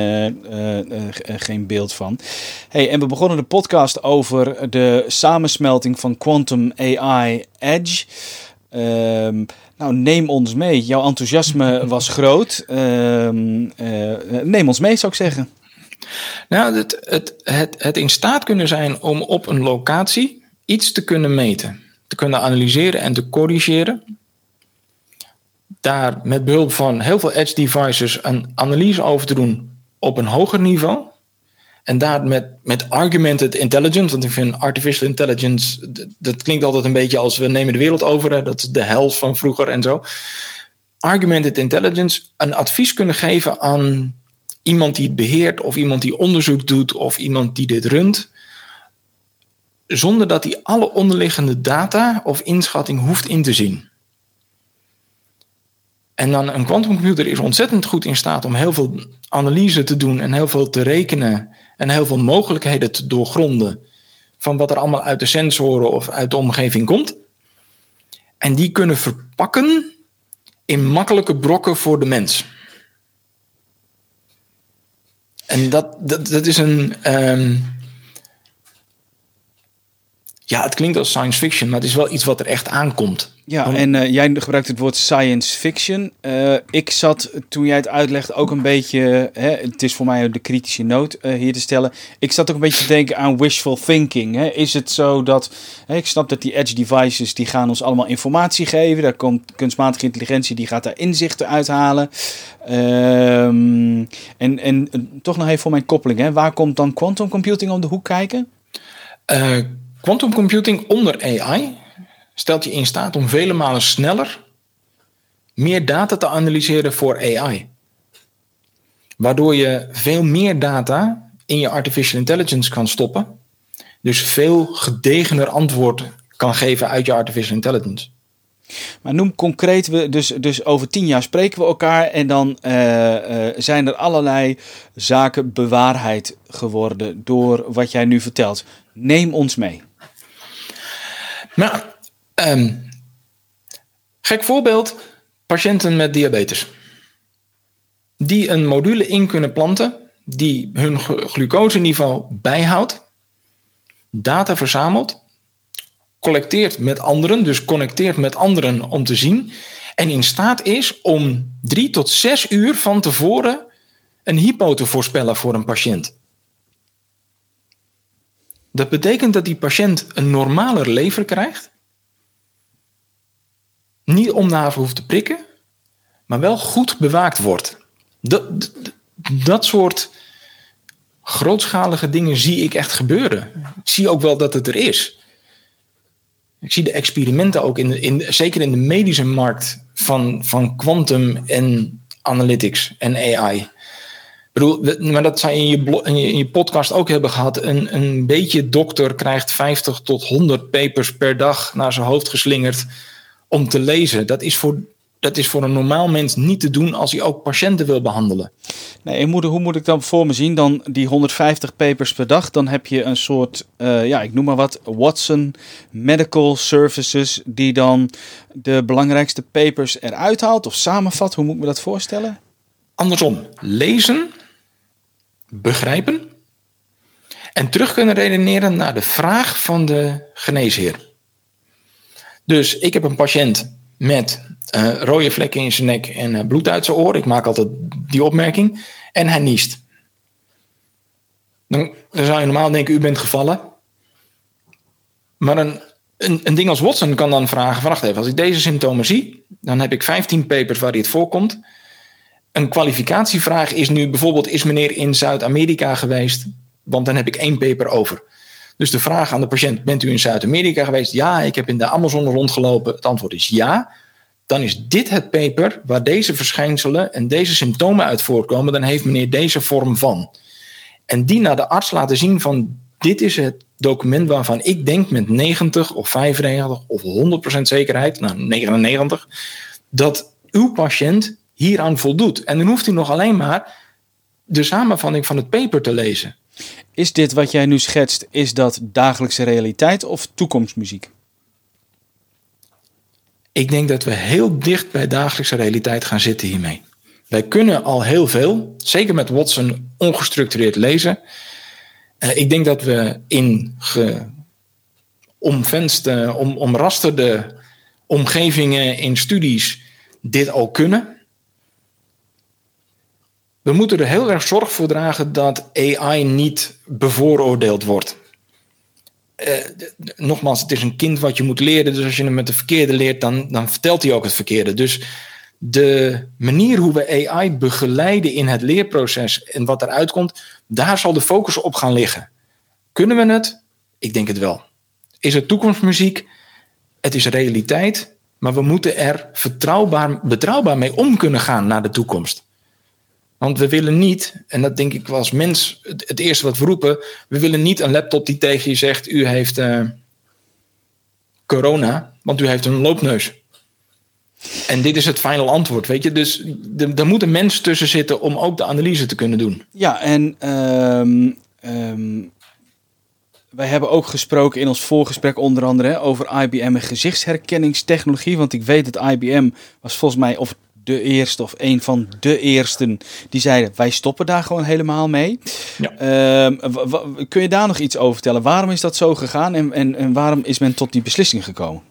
geen beeld van. Hey, en we begonnen de podcast over de samensmelting van Quantum AI Edge. Nou, neem ons mee. Jouw enthousiasme was groot. Neem ons mee, zou ik zeggen. Nou, het in staat kunnen zijn om op een locatie iets te kunnen meten, te kunnen analyseren en te corrigeren. Daar met behulp van heel veel edge devices een analyse over te doen op een hoger niveau. En daar met augmented intelligence, want ik vind artificial intelligence, dat klinkt altijd een beetje als we nemen de wereld over. Hè, dat is de hel van vroeger en zo. Augmented intelligence, een advies kunnen geven aan iemand die het beheert of iemand die onderzoek doet of iemand die dit runt, zonder dat hij alle onderliggende data of inschatting hoeft in te zien. En dan een quantumcomputer is ontzettend goed in staat om heel veel analyse te doen en heel veel te rekenen en heel veel mogelijkheden te doorgronden van wat er allemaal uit de sensoren of uit de omgeving komt. En die kunnen verpakken in makkelijke brokken voor de mens. En dat is een... het klinkt als science fiction, maar het is wel iets wat er echt aankomt. Ja, en jij gebruikt het woord science fiction. Ik zat, toen jij het uitlegde, ook een beetje... het is voor mij de kritische noot hier te stellen. Ik zat ook een beetje te denken aan wishful thinking. Is het zo dat... ik snap dat die edge devices, die gaan ons allemaal informatie geven. Daar komt kunstmatige intelligentie, die gaat daar inzichten uithalen. En toch nog even voor mijn koppeling. Waar komt dan quantum computing om de hoek kijken? Quantum computing onder AI stelt je in staat om vele malen sneller meer data te analyseren voor AI. Waardoor je veel meer data in je artificial intelligence kan stoppen. Dus veel gedegener antwoord kan geven uit je artificial intelligence. Maar noem concreet, dus over 10 jaar spreken we elkaar en dan zijn er allerlei zaken bewaarheid geworden door wat jij nu vertelt. Neem ons mee. Nou, gek voorbeeld, patiënten met diabetes. Die een module in kunnen planten die hun glucoseniveau bijhoudt, data verzamelt, collecteert met anderen, dus connecteert met anderen om te zien en in staat is om 3 tot 6 uur van tevoren een hypo te voorspellen voor een patiënt. Dat betekent dat die patiënt een normaler lever krijgt. Niet om de haven hoeft te prikken, maar wel goed bewaakt wordt. Dat soort grootschalige dingen zie ik echt gebeuren. Ik zie ook wel dat het er is. Ik zie de experimenten ook, zeker in de medische markt, van quantum en analytics en AI. Ik bedoel, maar dat zou je in je podcast ook hebben gehad. Een beetje dokter krijgt 50 tot 100 papers per dag naar zijn hoofd geslingerd om te lezen. Dat is voor een normaal mens niet te doen als hij ook patiënten wil behandelen. Nee, en hoe moet ik dan voor me zien? Dan die 150 papers per dag. Dan heb je een soort, ik noem maar wat, Watson Medical Services, die dan de belangrijkste papers eruit haalt of samenvat. Hoe moet ik me dat voorstellen? Andersom, lezen, begrijpen en terug kunnen redeneren naar de vraag van de geneesheer. Dus ik heb een patiënt met rode vlekken in zijn nek en bloed uit zijn oor. Ik maak altijd die opmerking. En hij niest. Dan zou je normaal denken, u bent gevallen. Maar een ding als Watson kan dan vragen, wacht even, als ik deze symptomen zie, dan heb ik 15 papers waar dit voorkomt. Een kwalificatievraag is nu bijvoorbeeld, is meneer in Zuid-Amerika geweest? Want dan heb ik 1 paper over. Dus de vraag aan de patiënt, bent u in Zuid-Amerika geweest? Ja, ik heb in de Amazon rondgelopen. Het antwoord is ja. Dan is dit het paper waar deze verschijnselen en deze symptomen uit voortkomen. Dan heeft meneer deze vorm van. En die naar de arts laten zien van, dit is het document waarvan ik denk met 90 of 95 of 100% zekerheid, 99, dat uw patiënt hieraan voldoet. En dan hoeft u nog alleen maar de samenvatting van het paper te lezen. Is dit wat jij nu schetst, is dat dagelijkse realiteit of toekomstmuziek? Ik denk dat we heel dicht bij dagelijkse realiteit gaan zitten hiermee. Wij kunnen al heel veel, zeker met Watson, ongestructureerd lezen. Ik denk dat we in omrasterde omgevingen in studies dit al kunnen. We moeten er heel erg zorg voor dragen dat AI niet bevooroordeeld wordt. Nogmaals, het is een kind wat je moet leren. Dus als je hem met de verkeerde leert, dan vertelt hij ook het verkeerde. Dus de manier hoe we AI begeleiden in het leerproces en wat eruit komt, daar zal de focus op gaan liggen. Kunnen we het? Ik denk het wel. Is het toekomstmuziek? Het is realiteit, maar we moeten er betrouwbaar mee om kunnen gaan naar de toekomst. Want we willen niet, en dat denk ik als mens het eerste wat we roepen, we willen niet een laptop die tegen je zegt, u heeft corona, want u heeft een loopneus. En dit is het final antwoord, weet je. Dus er moet een mens tussen zitten om ook de analyse te kunnen doen. Ja, en wij hebben ook gesproken in ons voorgesprek onder andere over IBM en gezichtsherkenningstechnologie. Want ik weet dat IBM was volgens mij of de eerste of een van de eersten die zeiden wij stoppen daar gewoon helemaal mee. Ja. Kun je daar nog iets over vertellen? Waarom is dat zo gegaan en waarom is men tot die beslissing gekomen?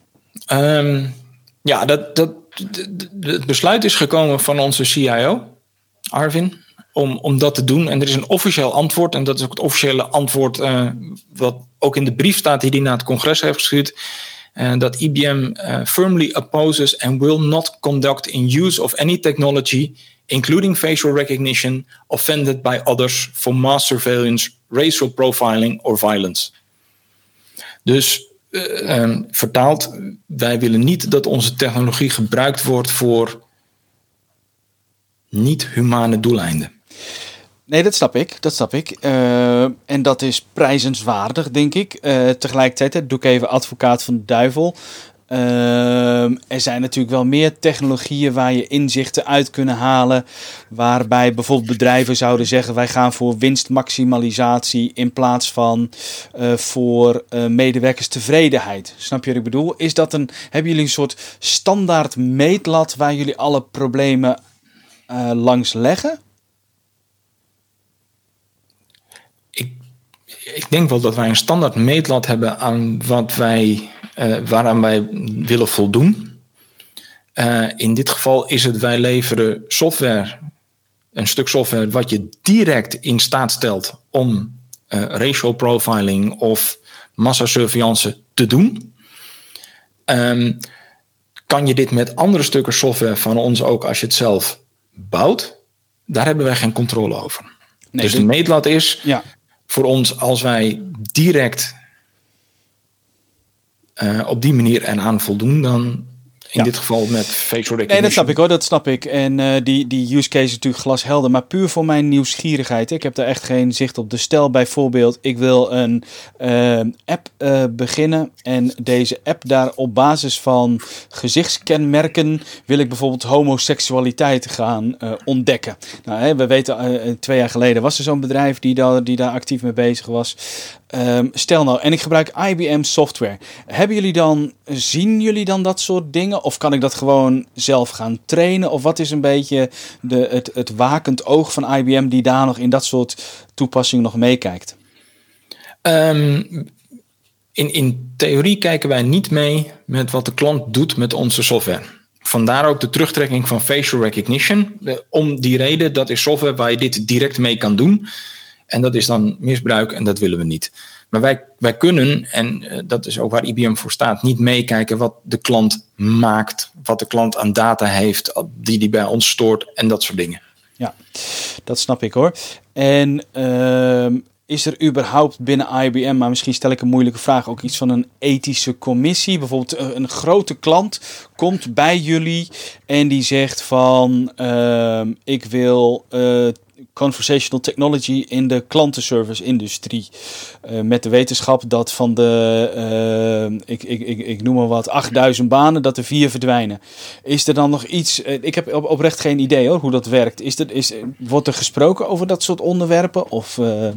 Het besluit is gekomen van onze CIO, Arvin, om dat te doen. En er is een officieel antwoord. En dat is ook het officiële antwoord wat ook in de brief staat die hij naar het congres heeft gestuurd. Dat IBM firmly opposes and will not conduct in use of any technology, including facial recognition, offended by others for mass surveillance, racial profiling or violence. Dus vertaald, wij willen niet dat onze technologie gebruikt wordt voor niet-humane doeleinden. Nee, dat snap ik. En dat is prijzenswaardig, denk ik. Tegelijkertijd, doe ik even advocaat van de duivel. Er zijn natuurlijk wel meer technologieën waar je inzichten uit kunnen halen. Waarbij bijvoorbeeld bedrijven zouden zeggen wij gaan voor winstmaximalisatie in plaats van voor medewerkerstevredenheid. Snap je wat ik bedoel? Hebben jullie een soort standaard meetlat waar jullie alle problemen langs leggen? Ik denk wel dat wij een standaard meetlat hebben aan waaraan wij willen voldoen. In dit geval is het wij leveren software, een stuk software wat je direct in staat stelt om racial profiling of massasurveillance te doen. Kan je dit met andere stukken software van ons ook als je het zelf bouwt? Daar hebben wij geen controle over. Nee, dus de meetlat is voor ons als wij direct op die manier eraan voldoen, dan in dit geval met facial recognition. Nee, dat snap ik. En die use case is natuurlijk glashelder, maar puur voor mijn nieuwsgierigheid. Ik heb daar echt geen zicht op. Dus stel bijvoorbeeld, ik wil een app beginnen en deze app daar op basis van gezichtskenmerken wil ik bijvoorbeeld homoseksualiteit gaan ontdekken. Nou, we weten, 2 jaar geleden was er zo'n bedrijf die daar actief mee bezig was. Stel nou, en ik gebruik IBM software. Zien jullie dan dat soort dingen? Of kan ik dat gewoon zelf gaan trainen? Of wat is een beetje het wakend oog van IBM die daar nog in dat soort toepassingen nog meekijkt? In theorie kijken wij niet mee met wat de klant doet met onze software. Vandaar ook de terugtrekking van facial recognition. Om die reden, dat is software waar je dit direct mee kan doen. En dat is dan misbruik en dat willen we niet. Maar wij kunnen, en dat is ook waar IBM voor staat, niet meekijken wat de klant maakt, wat de klant aan data heeft, die bij ons stoort en dat soort dingen. Ja, dat snap ik hoor. En is er überhaupt binnen IBM, maar misschien stel ik een moeilijke vraag, ook iets van een ethische commissie? Bijvoorbeeld een grote klant komt bij jullie en die zegt van ik wil conversational technology in de klantenservice industrie. Met de wetenschap dat van de, ik noem maar wat, 8000 banen, dat er 4 verdwijnen. Is er dan nog iets, ik heb oprecht geen idee hoor, hoe dat werkt. Wordt er gesproken over dat soort onderwerpen? Of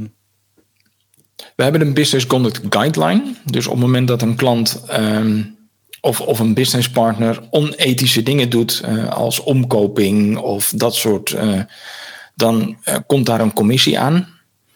we hebben een business conduct guideline. Dus op het moment dat een klant of een business partner onethische dingen doet, als omkoping of dat soort, dan komt daar een commissie aan.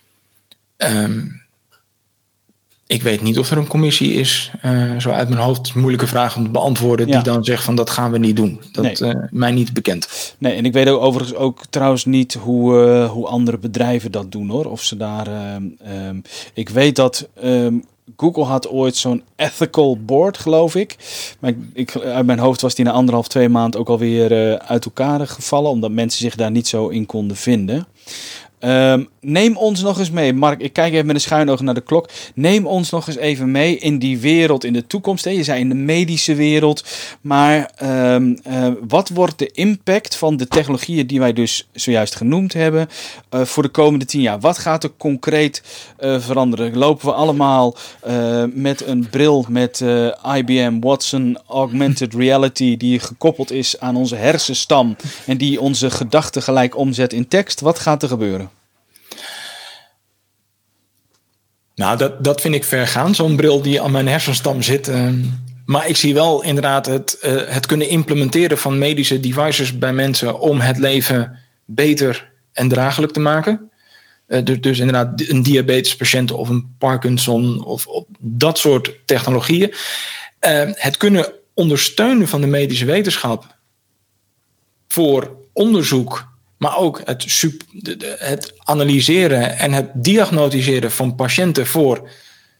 Ik weet niet of er een commissie is, zo uit mijn hoofd, moeilijke vraag om te beantwoorden, die dan zegt van dat gaan we niet doen. Dat mij niet bekend. Nee, en ik weet ook overigens ook trouwens niet hoe andere bedrijven dat doen hoor. Of ze daar, ik weet dat Google had ooit zo'n ethical board, geloof ik. Maar uit mijn hoofd was die na 1,5-2 maanden ook alweer uit elkaar gevallen, omdat mensen zich daar niet zo in konden vinden. Neem ons nog eens mee, Mark, ik kijk even met een schuin oog naar de klok. Neem ons nog eens even mee in die wereld in de toekomst. Hè? Je zei in de medische wereld, maar wat wordt de impact van de technologieën die wij dus zojuist genoemd hebben voor de komende 10 jaar? Wat gaat er concreet veranderen? Lopen we allemaal met een bril met IBM Watson Augmented Reality die gekoppeld is aan onze hersenstam en die onze gedachten gelijk omzet in tekst? Wat gaat er gebeuren? Nou, dat vind ik ver gaan. Zo'n bril die aan mijn hersenstam zit. Maar ik zie wel inderdaad het kunnen implementeren van medische devices bij mensen om het leven beter en draaglijk te maken. Dus inderdaad een diabetespatiënt of een Parkinson of dat soort technologieën. Het kunnen ondersteunen van de medische wetenschap voor onderzoek, maar ook het analyseren en het diagnosticeren van patiënten voor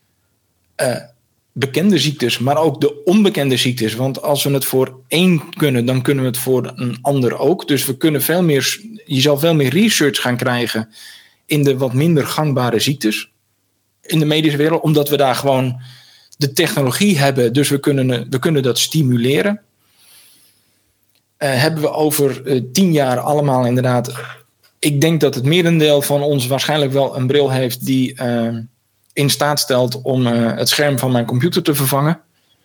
bekende ziektes, maar ook de onbekende ziektes. Want als we het voor één kunnen, dan kunnen we het voor een ander ook. Dus we kunnen je zal veel meer research gaan krijgen in de wat minder gangbare ziektes in de medische wereld, omdat we daar gewoon de technologie hebben. Dus we kunnen dat stimuleren. Hebben we over 10 jaar allemaal inderdaad. Ik denk dat het merendeel van ons waarschijnlijk wel een bril heeft die in staat stelt om het scherm van mijn computer te vervangen.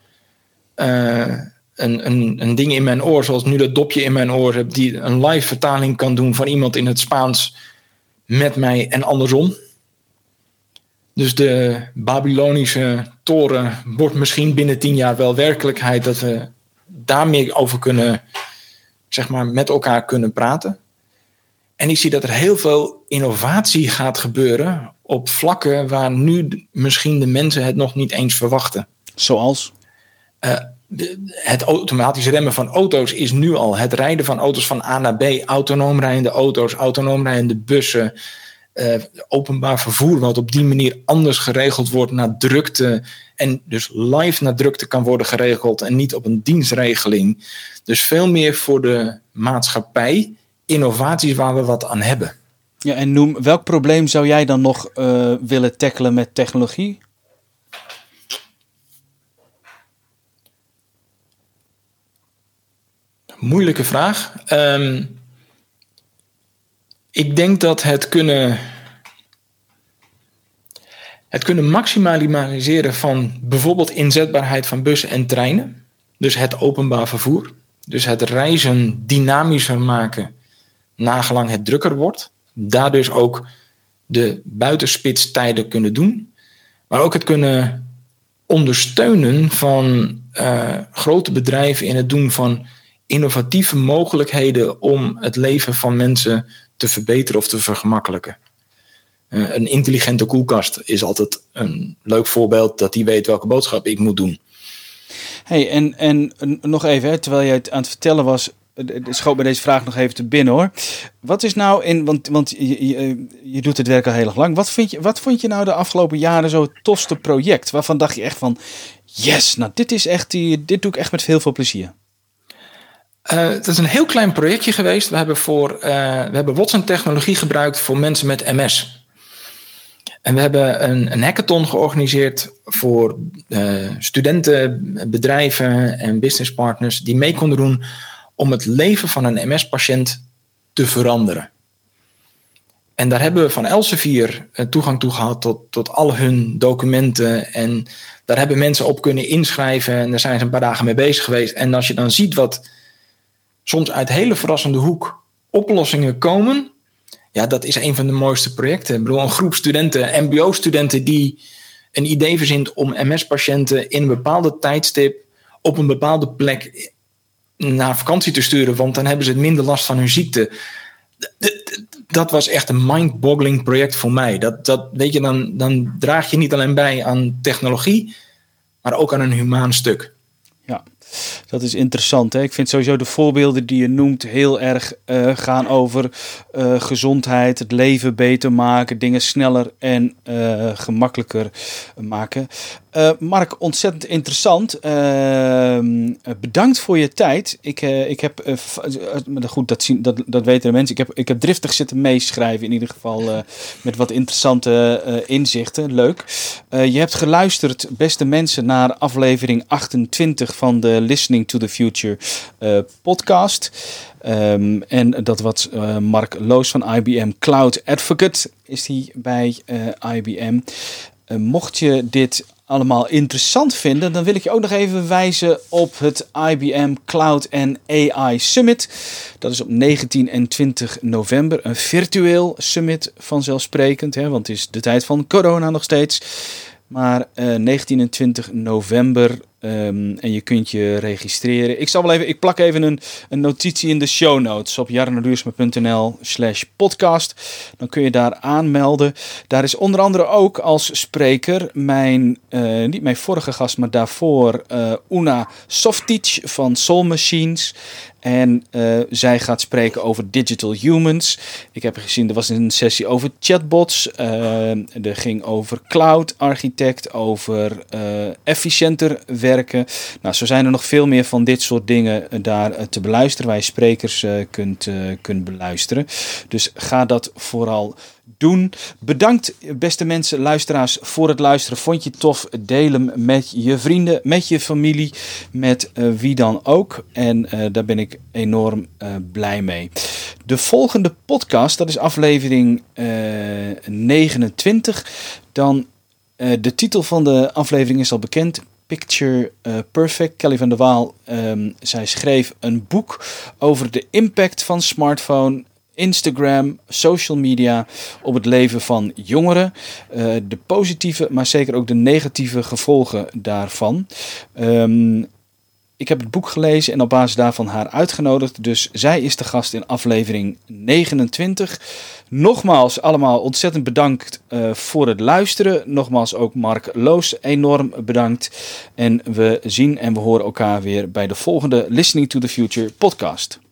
Een ding in mijn oor, zoals nu dat dopje in mijn oor heb, die een live vertaling kan doen van iemand in het Spaans met mij en andersom. Dus de Babylonische toren wordt misschien binnen 10 jaar wel werkelijkheid, dat we daarmee over kunnen, zeg maar, met elkaar kunnen praten. En ik zie dat er heel veel innovatie gaat gebeuren op vlakken waar nu misschien de mensen het nog niet eens verwachten. Zoals? Het automatisch remmen van auto's is nu al. Het rijden van auto's van A naar B. Autonoom rijdende auto's, autonoom rijdende bussen. Openbaar vervoer wat op die manier anders geregeld wordt naar drukte. En dus live naar drukte kan worden geregeld en niet op een dienstregeling. Dus veel meer voor de maatschappij. Innovaties waar we wat aan hebben. Ja, en welk probleem zou jij dan nog willen tackelen met technologie? Moeilijke vraag. Ik denk dat het kunnen maximaliseren van bijvoorbeeld inzetbaarheid van bussen en treinen. Dus het openbaar vervoer. Dus het reizen dynamischer maken nagelang het drukker wordt. Daar dus ook de buitenspitstijden kunnen doen. Maar ook het kunnen ondersteunen van grote bedrijven in het doen van innovatieve mogelijkheden om het leven van mensen te verbeteren of te vergemakkelijken. Een intelligente koelkast is altijd een leuk voorbeeld dat die weet welke boodschap ik moet doen. Hey, en nog even, terwijl jij het aan het vertellen was, schoot bij deze vraag nog even te binnen hoor. Wat is nou want je doet het werk al heel erg lang. Wat vond je nou de afgelopen jaren zo het tofste project? Waarvan dacht je echt van, yes, nou dit doe ik echt met heel veel plezier. Het is een heel klein projectje geweest. We hebben Watson-technologie gebruikt voor mensen met MS. En we hebben een hackathon georganiseerd voor studenten, bedrijven en businesspartners die mee konden doen om het leven van een MS-patiënt te veranderen. En daar hebben we van Elsevier toegang toe gehad tot al hun documenten. En daar hebben mensen op kunnen inschrijven. En daar zijn ze een paar dagen mee bezig geweest. En als je dan ziet wat soms uit hele verrassende hoek oplossingen komen. Ja, dat is een van de mooiste projecten. Ik bedoel, een groep studenten, mbo-studenten die een idee verzint om MS-patiënten in een bepaalde tijdstip op een bepaalde plek naar vakantie te sturen, want dan hebben ze minder last van hun ziekte. Dat was echt een mind-boggling project voor mij. Dat weet je, dan draag je niet alleen bij aan technologie, maar ook aan een humaan stuk. Ja, dat is interessant. Hè? Ik vind sowieso de voorbeelden die je noemt heel erg gaan over gezondheid, het leven beter maken, dingen sneller en gemakkelijker maken. Mark, ontzettend interessant. Bedankt voor je tijd. Ik heb, goed, dat weten de mensen. Ik heb driftig zitten meeschrijven in ieder geval met wat interessante inzichten. Leuk. Je hebt geluisterd, beste mensen, naar aflevering 28 van de Listening to the Future podcast. En dat was Mark Loos van IBM Cloud Advocate is hij bij IBM. Mocht je dit allemaal interessant vinden, dan wil ik je ook nog even wijzen op het IBM Cloud and AI Summit. Dat is op 19 en 20 november. Een virtueel summit vanzelfsprekend, want het is de tijd van corona nog steeds. Maar 19 en 20 november en je kunt je registreren. Ik plak even een notitie in de show notes op jarnoduursma.nl/podcast. Dan kun je daar aanmelden. Daar is onder andere ook als spreker niet mijn vorige gast, maar daarvoor Una Softic van Soul Machines. En zij gaat spreken over digital humans. Ik heb gezien, er was een sessie over chatbots. Er ging over cloud architect, over efficiënter werken. Nou, zo zijn er nog veel meer van dit soort dingen daar te beluisteren. Waar je sprekers kunt beluisteren. Dus ga dat vooral doen. Bedankt, beste mensen, luisteraars, voor het luisteren. Vond je het tof? Deel hem met je vrienden, met je familie, met wie dan ook. En daar ben ik enorm blij mee. De volgende podcast, dat is aflevering 29. De titel van de aflevering is al bekend. Picture Perfect. Kelly van der Waal, zij schreef een boek over de impact van smartphone, Instagram, social media op het leven van jongeren. De positieve, maar zeker ook de negatieve gevolgen daarvan. Ik heb het boek gelezen en op basis daarvan haar uitgenodigd. Dus zij is de gast in aflevering 29. Nogmaals allemaal ontzettend bedankt voor het luisteren. Nogmaals ook Mark Loos enorm bedankt. En we zien en we horen elkaar weer bij de volgende Listening to the Future podcast.